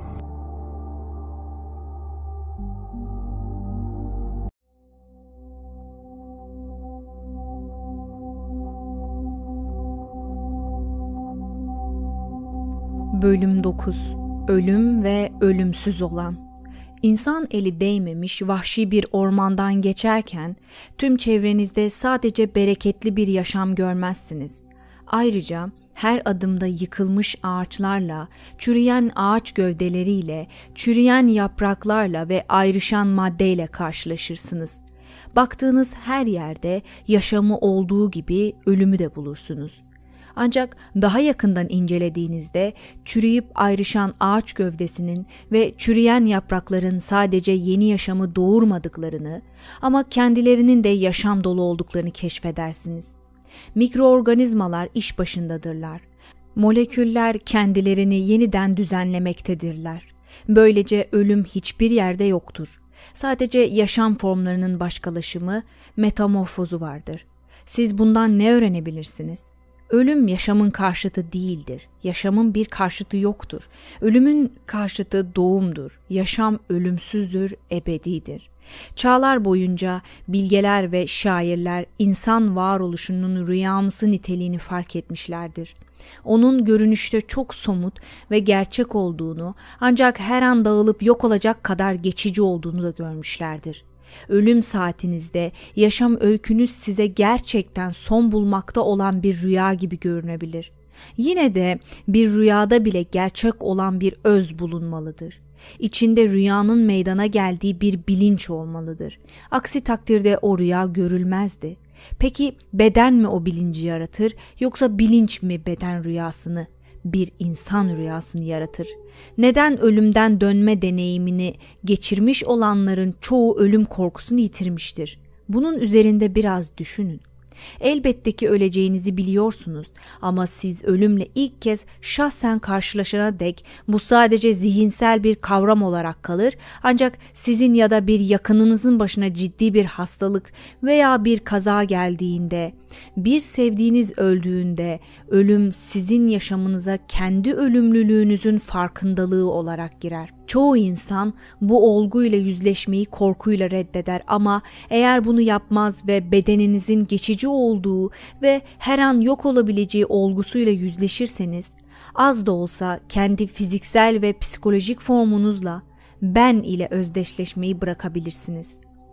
Bölüm 9. Ölüm ve ölümsüz olan. İnsan eli değmemiş vahşi bir ormandan geçerken tüm çevrenizde sadece bereketli bir yaşam görmezsiniz. Ayrıca her adımda yıkılmış ağaçlarla, çürüyen ağaç gövdeleriyle, çürüyen yapraklarla ve ayrışan maddeyle karşılaşırsınız. Baktığınız her yerde yaşamı olduğu gibi ölümü de bulursunuz. Ancak daha yakından incelediğinizde çürüyüp ayrışan ağaç gövdesinin ve çürüyen yaprakların sadece yeni yaşamı doğurmadıklarını ama kendilerinin de yaşam dolu olduklarını keşfedersiniz. Mikroorganizmalar iş başındadırlar. Moleküller kendilerini yeniden düzenlemektedirler. Böylece ölüm hiçbir yerde yoktur. Sadece yaşam formlarının başkalaşımı, metamorfozu vardır. Siz bundan ne öğrenebilirsiniz? Ölüm yaşamın karşıtı değildir. Yaşamın bir karşıtı yoktur. Ölümün karşıtı doğumdur. Yaşam ölümsüzdür, ebedidir. Çağlar boyunca bilgeler ve şairler insan varoluşunun rüyamsı niteliğini fark etmişlerdir. Onun görünüşte çok somut ve gerçek olduğunu, ancak her an dağılıp yok olacak kadar geçici olduğunu da görmüşlerdir. Ölüm saatinizde yaşam öykünüz size gerçekten son bulmakta olan bir rüya gibi görünebilir. Yine de bir rüyada bile gerçek olan bir öz bulunmalıdır. İçinde rüyanın meydana geldiği bir bilinç olmalıdır. Aksi takdirde o rüya görülmezdi. Peki beden mi o bilinci yaratır, yoksa bilinç mi beden rüyasını, bir insan rüyasını yaratır? Neden ölümden dönme deneyimini geçirmiş olanların çoğu ölüm korkusunu yitirmiştir? Bunun üzerinde biraz düşünün. Elbette ki öleceğinizi biliyorsunuz ama siz ölümle ilk kez şahsen karşılaşana dek bu sadece zihinsel bir kavram olarak kalır, ancak sizin ya da bir yakınınızın başına ciddi bir hastalık veya bir kaza geldiğinde, bir sevdiğiniz öldüğünde ölüm sizin yaşamınıza kendi ölümlülüğünüzün farkındalığı olarak girer. Çoğu insan bu olguyla yüzleşmeyi korkuyla reddeder ama eğer bunu yapmaz ve bedeninizin geçici olduğu ve her an yok olabileceği olgusuyla yüzleşirseniz, az da olsa kendi fiziksel ve psikolojik formunuzla ben ile özdeşleşmeyi bırakabilirsiniz.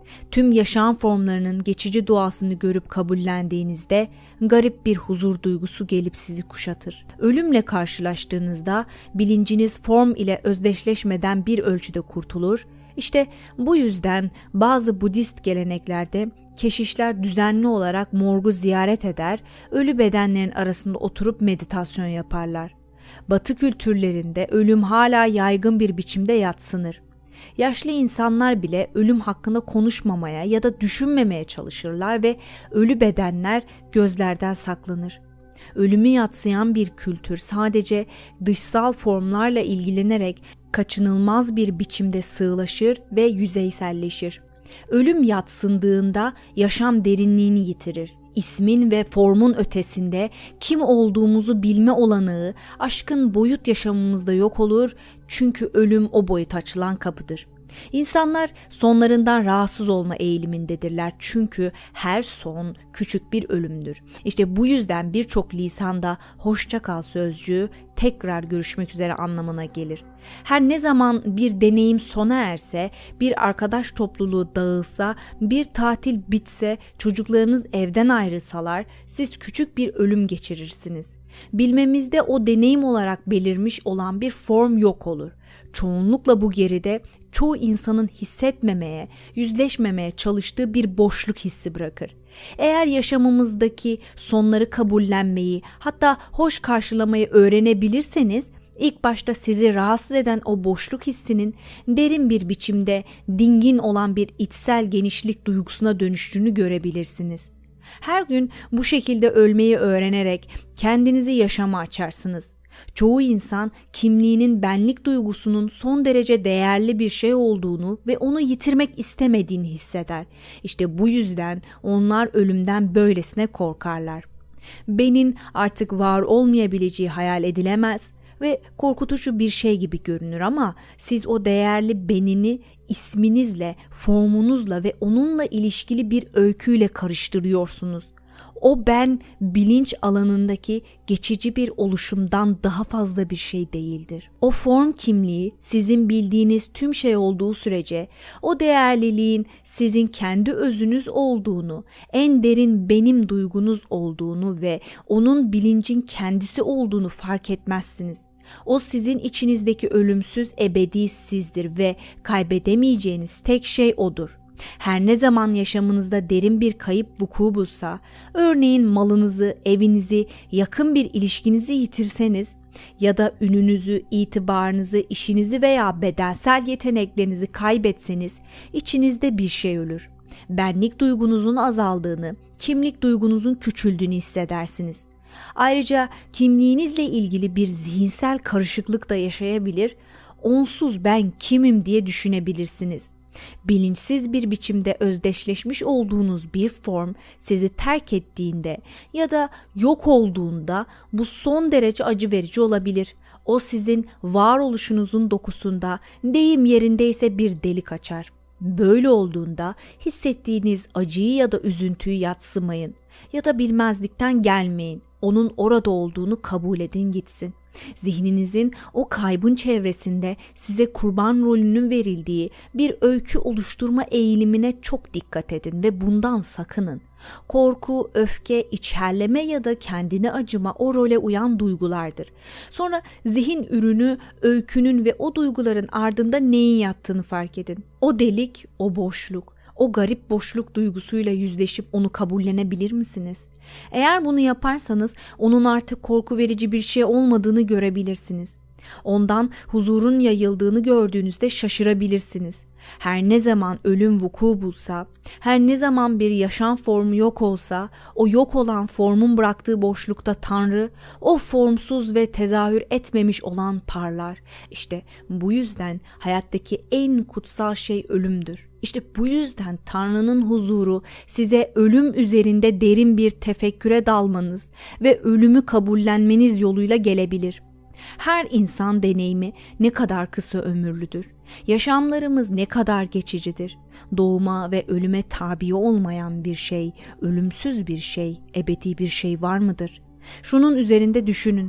Tüm yaşam formlarının geçici doğasını görüp kabullendiğinizde garip bir huzur duygusu gelip sizi kuşatır. Ölümle karşılaştığınızda bilinciniz form ile özdeşleşmeden bir ölçüde kurtulur. İşte bu yüzden bazı Budist geleneklerde keşişler düzenli olarak morgu ziyaret eder, ölü bedenlerin arasında oturup meditasyon yaparlar. Batı kültürlerinde ölüm hala yaygın bir biçimde yadsınır. Yaşlı insanlar bile ölüm hakkında konuşmamaya ya da düşünmemeye çalışırlar ve ölü bedenler gözlerden saklanır. Ölümü yadsıyan bir kültür sadece dışsal formlarla ilgilenerek kaçınılmaz bir biçimde sığlaşır ve yüzeyselleşir. Ölüm yadsındığında yaşam derinliğini yitirir. İsmin ve formun ötesinde kim olduğumuzu bilme olanağı aşkın boyut yaşamımızda yok olur, çünkü ölüm o boyuta açılan kapıdır. İnsanlar sonlarından rahatsız olma eğilimindedirler, çünkü her son küçük bir ölümdür. İşte bu yüzden birçok lisanda hoşça kal sözcüğü tekrar görüşmek üzere anlamına gelir. Her ne zaman bir deneyim sona erse, bir arkadaş topluluğu dağılsa, bir tatil bitse, çocuklarınız evden ayrılsalar, siz küçük bir ölüm geçirirsiniz. Bilmemizde o deneyim olarak belirmiş olan bir form yok olur. Çoğunlukla bu geride çoğu insanın hissetmemeye, yüzleşmemeye çalıştığı bir boşluk hissi bırakır. Eğer yaşamımızdaki sonları kabullenmeyi, hatta hoş karşılamayı öğrenebilirseniz, ilk başta sizi rahatsız eden o boşluk hissinin derin bir biçimde dingin olan bir içsel genişlik duygusuna dönüştüğünü görebilirsiniz. Her gün bu şekilde ölmeyi öğrenerek kendinizi yaşama açarsınız. Çoğu insan kimliğinin benlik duygusunun son derece değerli bir şey olduğunu ve onu yitirmek istemediğini hisseder. İşte bu yüzden onlar ölümden böylesine korkarlar. Benin artık var olmayabileceği hayal edilemez ve korkutucu bir şey gibi görünür, ama siz o değerli benini isminizle, formunuzla ve onunla ilişkili bir öyküyle karıştırıyorsunuz. O ben bilinç alanındaki geçici bir oluşumdan daha fazla bir şey değildir. O form kimliği sizin bildiğiniz tüm şey olduğu sürece o değerliliğin sizin kendi özünüz olduğunu, en derin benim duygunuz olduğunu ve onun bilincin kendisi olduğunu fark etmezsiniz. O sizin içinizdeki ölümsüz ebedi sizdir ve kaybedemeyeceğiniz tek şey odur. Her ne zaman yaşamınızda derin bir kayıp vuku bulsa, örneğin malınızı, evinizi, yakın bir ilişkinizi yitirseniz ya da ününüzü, itibarınızı, işinizi veya bedensel yeteneklerinizi kaybetseniz, içinizde bir şey ölür. Benlik duygunuzun azaldığını, kimlik duygunuzun küçüldüğünü hissedersiniz. Ayrıca kimliğinizle ilgili bir zihinsel karışıklık da yaşayabilir, onsuz ben kimim diye düşünebilirsiniz. Bilinçsiz bir biçimde özdeşleşmiş olduğunuz bir form sizi terk ettiğinde ya da yok olduğunda bu son derece acı verici olabilir. O sizin varoluşunuzun dokusunda, deyim yerindeyse bir delik açar. Böyle olduğunda hissettiğiniz acıyı ya da üzüntüyü yadsımayın ya da bilmezlikten gelmeyin. Onun orada olduğunu kabul edin gitsin. Zihninizin o kaybın çevresinde size kurban rolünün verildiği bir öykü oluşturma eğilimine çok dikkat edin ve bundan sakının. Korku, öfke, içerleme ya da kendine acıma o role uyan duygulardır. Sonra zihin ürünü, öykünün ve o duyguların ardında neyin yattığını fark edin. O delik, o boşluk, o garip boşluk duygusuyla yüzleşip onu kabullenebilir misiniz? Eğer bunu yaparsanız onun artık korku verici bir şey olmadığını görebilirsiniz. Ondan huzurun yayıldığını gördüğünüzde şaşırabilirsiniz. Her ne zaman ölüm vuku bulsa, her ne zaman bir yaşam formu yok olsa, o yok olan formun bıraktığı boşlukta Tanrı, o formsuz ve tezahür etmemiş olan parlar. İşte bu yüzden hayattaki en kutsal şey ölümdür. İşte bu yüzden Tanrı'nın huzuru size ölüm üzerinde derin bir tefekküre dalmanız ve ölümü kabullenmeniz yoluyla gelebilir. Her insan deneyimi ne kadar kısa ömürlüdür. Yaşamlarımız ne kadar geçicidir. Doğuma ve ölüme tabi olmayan bir şey, ölümsüz bir şey, ebedi bir şey var mıdır? Şunun üzerinde düşünün.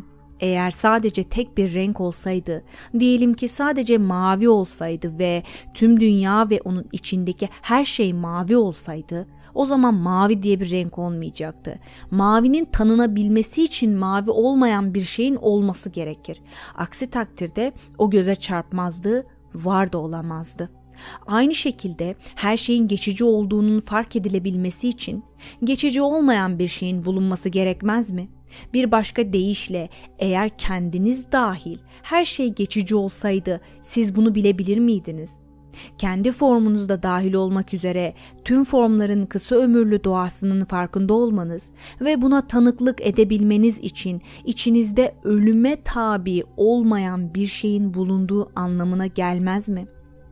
Eğer sadece tek bir renk olsaydı, diyelim ki sadece mavi olsaydı ve tüm dünya ve onun içindeki her şey mavi olsaydı, o zaman mavi diye bir renk olmayacaktı. Mavinin tanınabilmesi için mavi olmayan bir şeyin olması gerekir. Aksi takdirde o göze çarpmazdı, var da olamazdı. Aynı şekilde her şeyin geçici olduğunun fark edilebilmesi için geçici olmayan bir şeyin bulunması gerekmez mi? Bir başka deyişle, eğer kendiniz dahil her şey geçici olsaydı siz bunu bilebilir miydiniz? Kendi formunuzda dahil olmak üzere tüm formların kısa ömürlü doğasının farkında olmanız ve buna tanıklık edebilmeniz için içinizde ölüme tabi olmayan bir şeyin bulunduğu anlamına gelmez mi?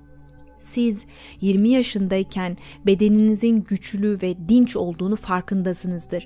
Siz 20 yaşındayken bedeninizin güçlü ve dinç olduğunu farkındasınızdır.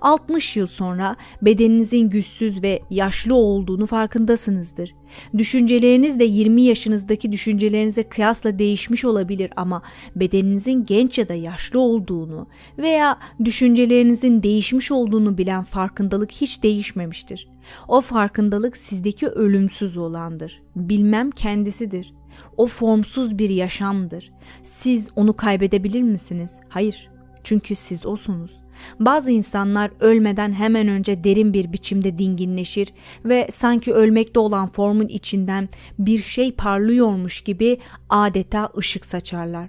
60 yıl sonra bedeninizin güçsüz ve yaşlı olduğunu farkındasınızdır. Düşünceleriniz de 20 yaşınızdaki düşüncelerinize kıyasla değişmiş olabilir ama bedeninizin genç ya da yaşlı olduğunu veya düşüncelerinizin değişmiş olduğunu bilen farkındalık hiç değişmemiştir. O farkındalık sizdeki ölümsüz olandır. Bilmem kendisidir. O formsuz bir yaşamdır. Siz onu kaybedebilir misiniz? Hayır. Çünkü siz osunuz. Bazı insanlar ölmeden hemen önce derin bir biçimde dinginleşir ve sanki ölmekte olan formun içinden bir şey parlıyormuş gibi adeta ışık saçarlar.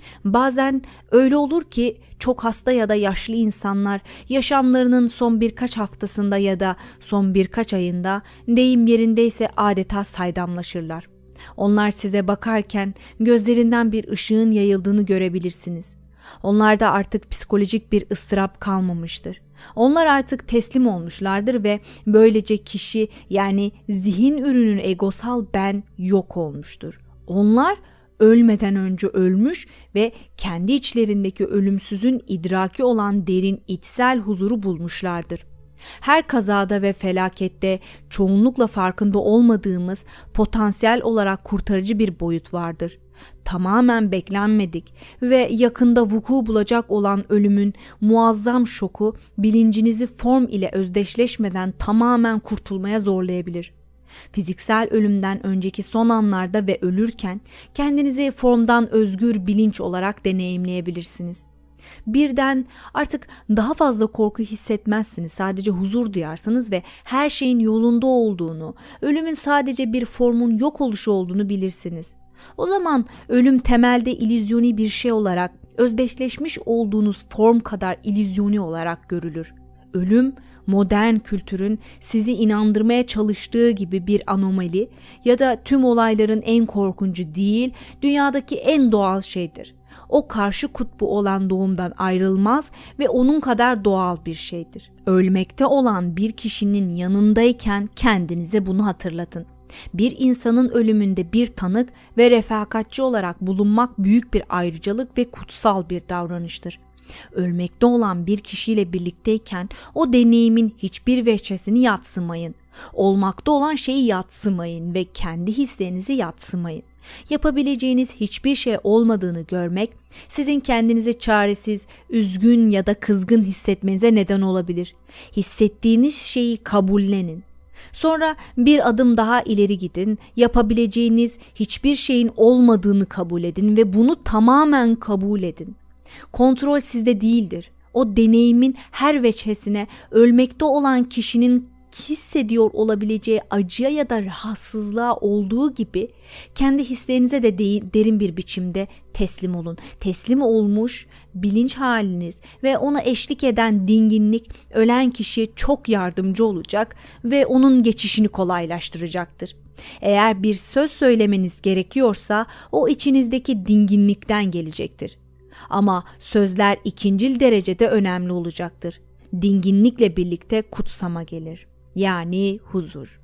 Bazen öyle olur ki çok hasta ya da yaşlı insanlar yaşamlarının son birkaç haftasında ya da son birkaç ayında deyim yerindeyse adeta saydamlaşırlar. Onlar size bakarken gözlerinden bir ışığın yayıldığını görebilirsiniz. Onlarda artık psikolojik bir ıstırap kalmamıştır. Onlar artık teslim olmuşlardır ve böylece kişi yani zihin ürünün egosal ben yok olmuştur. Onlar ölmeden önce ölmüş ve kendi içlerindeki ölümsüzün idraki olan derin içsel huzuru bulmuşlardır. Her kazada ve felakette çoğunlukla farkında olmadığımız potansiyel olarak kurtarıcı bir boyut vardır. Tamamen beklenmedik ve yakında vuku bulacak olan ölümün muazzam şoku bilincinizi form ile özdeşleşmeden tamamen kurtulmaya zorlayabilir. Fiziksel ölümden önceki son anlarda ve ölürken kendinizi formdan özgür bilinç olarak deneyimleyebilirsiniz. Birden artık daha fazla korku hissetmezsiniz. Sadece huzur duyarsınız ve her şeyin yolunda olduğunu, ölümün sadece bir formun yok oluşu olduğunu bilirsiniz. O zaman ölüm temelde illüzyoni bir şey olarak, özdeşleşmiş olduğunuz form kadar illüzyoni olarak görülür. Ölüm, modern kültürün sizi inandırmaya çalıştığı gibi bir anomali ya da tüm olayların en korkuncu değil, dünyadaki en doğal şeydir. O karşı kutbu olan doğumdan ayrılmaz ve onun kadar doğal bir şeydir. Ölmekte olan bir kişinin yanındayken kendinize bunu hatırlatın. Bir insanın ölümünde bir tanık ve refakatçi olarak bulunmak büyük bir ayrıcalık ve kutsal bir davranıştır. Ölmekte olan bir kişiyle birlikteyken o deneyimin hiçbir veçesini yadsımayın. Olmakta olan şeyi yadsımayın ve kendi hislerinizi yadsımayın. Yapabileceğiniz hiçbir şey olmadığını görmek sizin kendinizi çaresiz, üzgün ya da kızgın hissetmenize neden olabilir. Hissettiğiniz şeyi kabullenin. Sonra bir adım daha ileri gidin, yapabileceğiniz hiçbir şeyin olmadığını kabul edin ve bunu tamamen kabul edin. Kontrol sizde değildir. O deneyimin her veçhesine ölmekte olan kişinin hissediyor olabileceği acıya ya da rahatsızlığa olduğu gibi kendi hislerinize de derin bir biçimde teslim olun. Teslim olmuş bilinç haliniz ve ona eşlik eden dinginlik ölen kişiye çok yardımcı olacak ve onun geçişini kolaylaştıracaktır. Eğer bir söz söylemeniz gerekiyorsa o içinizdeki dinginlikten gelecektir. Ama sözler ikincil derecede önemli olacaktır. Dinginlikle birlikte kutsama gelir. Yani huzur.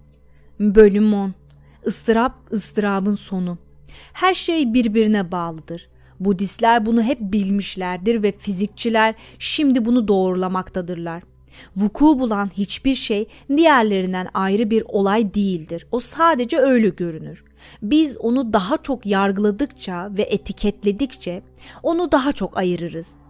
Bölüm 10. Istırap, ıstırabın sonu. Her şey birbirine bağlıdır. Budistler bunu hep bilmişlerdir ve fizikçiler şimdi bunu doğrulamaktadırlar. Vuku bulan hiçbir şey diğerlerinden ayrı bir olay değildir. O sadece öyle görünür. Biz onu daha çok yargıladıkça ve etiketledikçe onu daha çok ayırırız.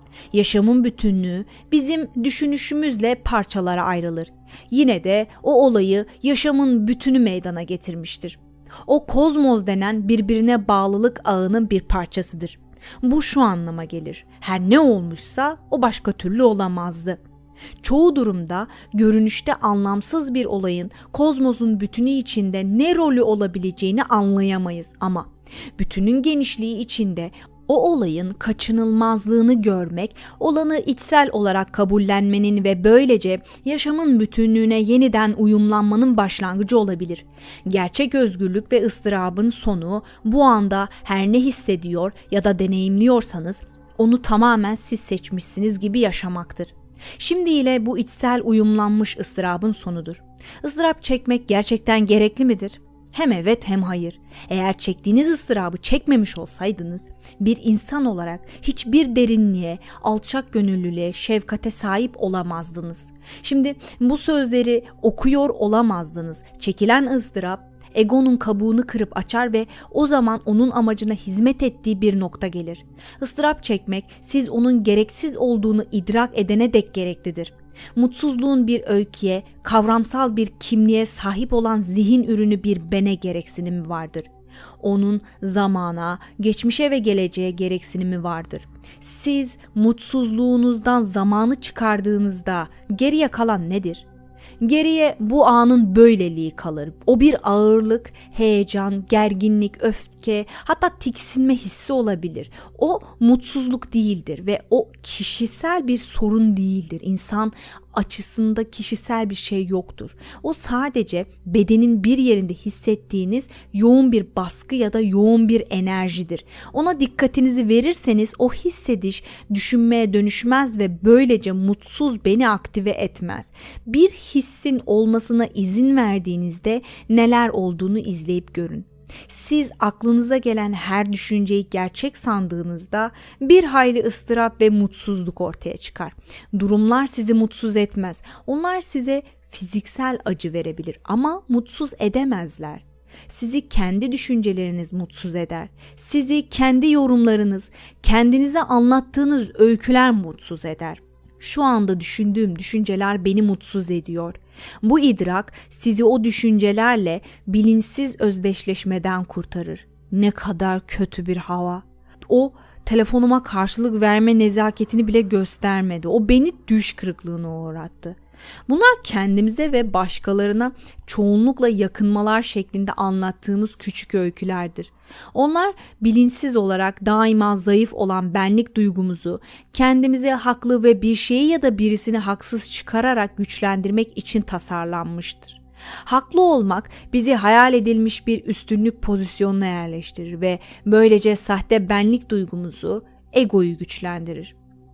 Yaşamın bütünlüğü bizim düşünüşümüzle parçalara ayrılır. Yine de o olayı yaşamın bütünü meydana getirmiştir. O kozmos denen birbirine bağlılık ağının bir parçasıdır. Bu şu anlama gelir: her ne olmuşsa o başka türlü olamazdı. Çoğu durumda görünüşte anlamsız bir olayın kozmosun bütünü içinde ne rolü olabileceğini anlayamayız ama bütünün genişliği içinde o olayın kaçınılmazlığını görmek, olanı içsel olarak kabullenmenin ve böylece yaşamın bütünlüğüne yeniden uyumlanmanın başlangıcı olabilir. Gerçek özgürlük ve ıstırabın sonu bu anda her ne hissediyor ya da deneyimliyorsanız onu tamamen siz seçmişsiniz gibi yaşamaktır. Şimdiyle bu içsel uyumlanmış ıstırabın sonudur. Izdırap çekmek gerçekten gerekli midir? Hem evet hem hayır. Eğer çektiğiniz ıstırabı çekmemiş olsaydınız bir insan olarak hiçbir derinliğe, alçak gönüllülüğe, şefkate sahip olamazdınız. Şimdi bu sözleri okuyor olamazdınız. Çekilen ızdırap egonun kabuğunu kırıp açar ve o zaman onun amacına hizmet ettiği bir nokta gelir. Izdırap çekmek siz onun gereksiz olduğunu idrak edene dek gereklidir. Mutsuzluğun bir öyküye, kavramsal bir kimliğe sahip olan zihin ürünü bir bene gereksinimi vardır. Onun zamana, geçmişe ve geleceğe gereksinimi vardır. Siz mutsuzluğunuzdan zamanı çıkardığınızda geriye kalan nedir? Geriye bu anın böyleliği kalır. O bir ağırlık, heyecan, gerginlik, öfke, hatta tiksinme hissi olabilir. O mutsuzluk değildir ve o kişisel bir sorun değildir. İnsan açısında kişisel bir şey yoktur. O sadece bedenin bir yerinde hissettiğiniz yoğun bir baskı ya da yoğun bir enerjidir. Ona dikkatinizi verirseniz o hissediş düşünmeye dönüşmez ve böylece mutsuz beni aktive etmez. Bir hissin olmasına izin verdiğinizde neler olduğunu izleyip görün. Siz aklınıza gelen her düşünceyi gerçek sandığınızda bir hayli ıstırap ve mutsuzluk ortaya çıkar. Durumlar sizi mutsuz etmez. Onlar size fiziksel acı verebilir ama mutsuz edemezler. Sizi kendi düşünceleriniz mutsuz eder. Sizi kendi yorumlarınız, kendinize anlattığınız öyküler mutsuz eder. Şu anda düşündüğüm düşünceler beni mutsuz ediyor. Bu idrak sizi o düşüncelerle bilinçsiz özdeşleşmeden kurtarır. Ne kadar kötü bir hava. O telefonuma karşılık verme nezaketini bile göstermedi. O beni düş kırıklığına uğrattı. Bunlar kendimize ve başkalarına çoğunlukla yakınmalar şeklinde anlattığımız küçük öykülerdir. Onlar bilinçsiz olarak daima zayıf olan benlik duygumuzu kendimize haklı ve bir şeyi ya da birisini haksız çıkararak güçlendirmek için tasarlanmıştır. Haklı olmak bizi hayal edilmiş bir üstünlük pozisyonuna yerleştirir ve böylece sahte benlik duygumuzu, egoyu güçlendirir.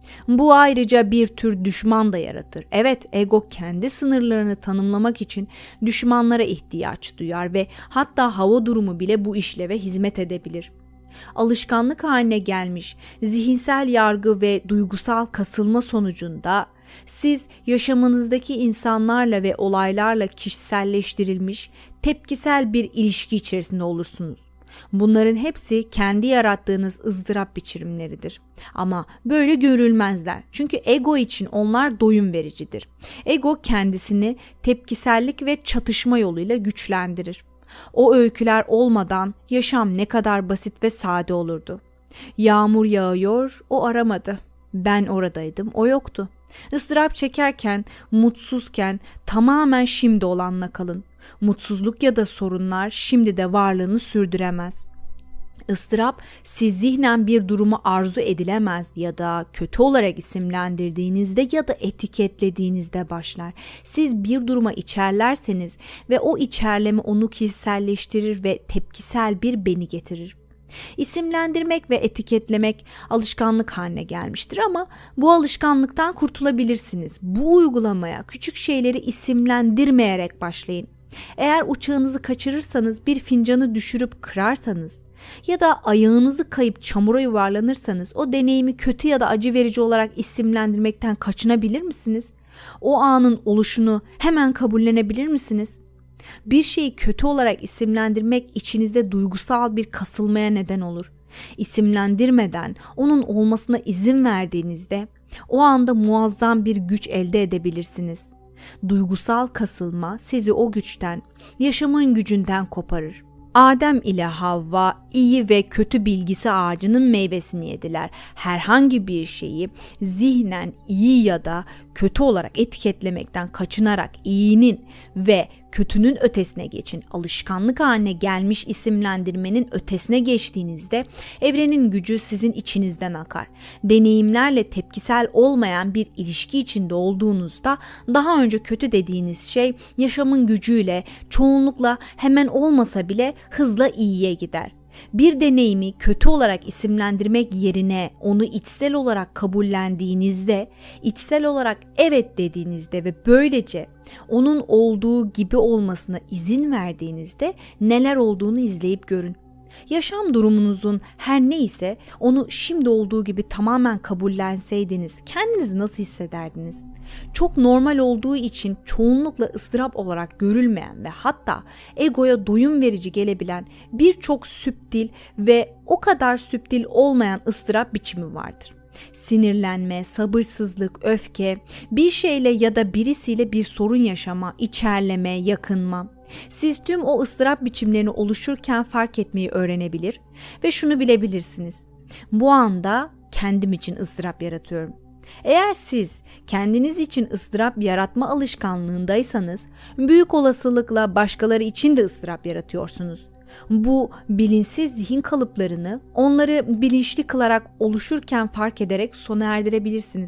Bu ayrıca bir tür düşman da yaratır. Evet, ego kendi sınırlarını tanımlamak için düşmanlara ihtiyaç duyar ve hatta hava durumu bile bu işleve hizmet edebilir. Alışkanlık haline gelmiş zihinsel yargı ve duygusal kasılma sonucunda siz yaşamınızdaki insanlarla ve olaylarla kişiselleştirilmiş tepkisel bir ilişki içerisinde olursunuz. Bunların hepsi kendi yarattığınız ızdırap biçimleridir. Ama böyle görülmezler. Çünkü ego için onlar doyum vericidir. Ego kendisini tepkisellik ve çatışma yoluyla güçlendirir. O öyküler olmadan yaşam ne kadar basit ve sade olurdu. Yağmur yağıyor, o aramadı. Ben oradaydım, o yoktu. Izdırap çekerken, mutsuzken tamamen şimdi olanla kalın. Mutsuzluk ya da sorunlar şimdi de varlığını sürdüremez. Istırap siz zihnen bir durumu arzu edilemez ya da kötü olarak isimlendirdiğinizde ya da etiketlediğinizde başlar. Siz bir duruma içerlerseniz ve o içerleme onu kişiselleştirir ve tepkisel bir beni getirir. İsimlendirmek ve etiketlemek alışkanlık haline gelmiştir ama bu alışkanlıktan kurtulabilirsiniz. Bu uygulamaya küçük şeyleri isimlendirmeyerek başlayın. Eğer uçağınızı kaçırırsanız, bir fincanı düşürüp kırarsanız ya da ayağınızı kayıp çamura yuvarlanırsanız o deneyimi kötü ya da acı verici olarak isimlendirmekten kaçınabilir misiniz? O anın oluşunu hemen kabullenebilir misiniz? Bir şeyi kötü olarak isimlendirmek içinizde duygusal bir kasılmaya neden olur. İsimlendirmeden onun olmasına izin verdiğinizde o anda muazzam bir güç elde edebilirsiniz. Duygusal kasılma sizi o güçten, yaşamın gücünden koparır. Adem ile Havva iyi ve kötü bilgisi ağacının meyvesini yediler. Herhangi bir şeyi zihnen iyi ya da kötü olarak etiketlemekten kaçınarak iyinin ve kötünün ötesine geçin. Alışkanlık haline gelmiş isimlendirmenin ötesine geçtiğinizde evrenin gücü sizin içinizden akar. Deneyimlerle tepkisel olmayan bir ilişki içinde olduğunuzda daha önce kötü dediğiniz şey yaşamın gücüyle çoğunlukla hemen olmasa bile hızla iyiye gider. Bir deneyimi kötü olarak isimlendirmek yerine onu içsel olarak kabullendiğinizde, içsel olarak evet dediğinizde ve böylece onun olduğu gibi olmasına izin verdiğinizde neler olduğunu izleyip görün. Yaşam durumunuzun her neyse onu şimdi olduğu gibi tamamen kabullenseydiniz kendinizi nasıl hissederdiniz? Çok normal olduğu için çoğunlukla ıstırap olarak görülmeyen ve hatta egoya doyum verici gelebilen birçok süptil ve o kadar süptil olmayan ıstırap biçimi vardır. Sinirlenme, sabırsızlık, öfke, bir şeyle ya da birisiyle bir sorun yaşama, içerleme, yakınma. Siz tüm o ıstırap biçimlerini oluşurken fark etmeyi öğrenebilir ve şunu bilebilirsiniz. Bu anda kendim için ıstırap yaratıyorum. Eğer siz kendiniz için ıstırap yaratma alışkanlığındaysanız büyük olasılıkla başkaları için de ıstırap yaratıyorsunuz. Bu bilinçsiz zihin kalıplarını onları bilinçli kılarak oluşurken fark ederek sona erdirebilirsiniz.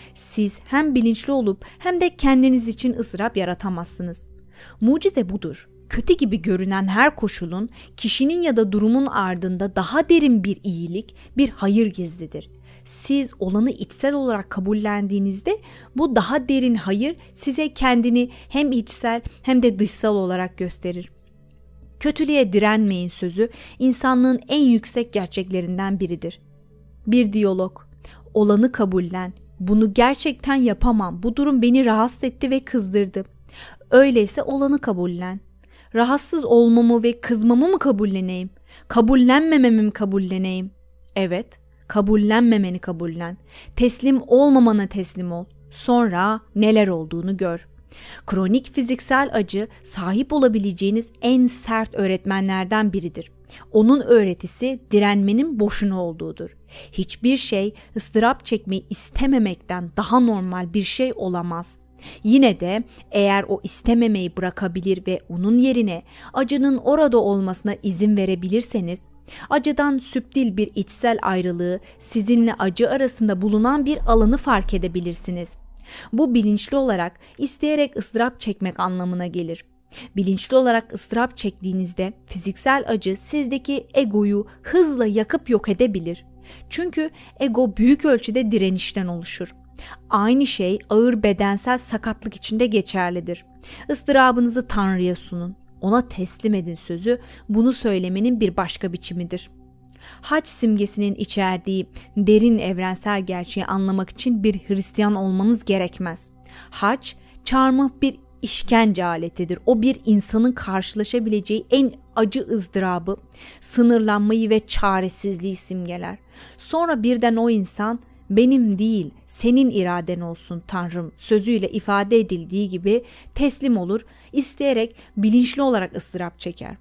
Siz hem bilinçli olup hem de kendiniz için ıstırap yaratamazsınız. Mucize budur. Kötü gibi görünen her koşulun, kişinin ya da durumun ardında daha derin bir iyilik, bir hayır gizlidir. Siz olanı içsel olarak kabullendiğinizde bu daha derin hayır size kendini hem içsel hem de dışsal olarak gösterir. Kötülüğe direnmeyin sözü insanlığın en yüksek gerçeklerinden biridir. Bir diyalog. Olanı kabullen. Bunu gerçekten yapamam. Bu durum beni rahatsız etti ve kızdırdı. Öyleyse olanı kabullen. Rahatsız olmamı ve kızmamı mı kabulleneyim? Kabullenmememi mi kabulleneyim? Evet, kabullenmemeni kabullen. Teslim olmamana teslim ol. Sonra neler olduğunu gör. Kronik fiziksel acı sahip olabileceğiniz en sert öğretmenlerden biridir. Onun öğretisi direnmenin boşuna olduğudur. Hiçbir şey ıstırap çekmeyi istememekten daha normal bir şey olamaz. Yine de eğer o istememeyi bırakabilir ve onun yerine acının orada olmasına izin verebilirseniz, acıdan süptil bir içsel ayrılığı, sizinle acı arasında bulunan bir alanı fark edebilirsiniz. Bu bilinçli olarak isteyerek ıstırap çekmek anlamına gelir. Bilinçli olarak ıstırap çektiğinizde fiziksel acı sizdeki egoyu hızla yakıp yok edebilir. Çünkü ego büyük ölçüde direnişten oluşur. Aynı şey ağır bedensel sakatlık için de geçerlidir. Istırabınızı Tanrı'ya sunun. Ona teslim edin sözü bunu söylemenin bir başka biçimidir. Hac simgesinin içerdiği derin evrensel gerçeği anlamak için bir Hristiyan olmanız gerekmez. Hac, çarmıh bir işkence aletidir. O bir insanın karşılaşabileceği en acı ızdırabı, sınırlanmayı ve çaresizliği simgeler. Sonra birden o insan benim değil senin iraden olsun Tanrım sözüyle ifade edildiği gibi teslim olur, isteyerek bilinçli olarak ıstırap çeker.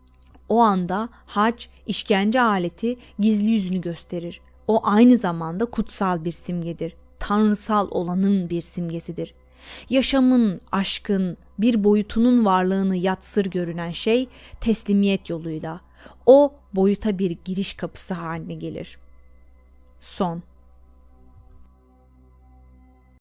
O anda hac, işkence aleti gizli yüzünü gösterir. O aynı zamanda kutsal bir simgedir. Tanrısal olanın bir simgesidir. Yaşamın, aşkın bir boyutunun varlığını yatsır görünen şey teslimiyet yoluyla o boyuta bir giriş kapısı haline gelir. Son.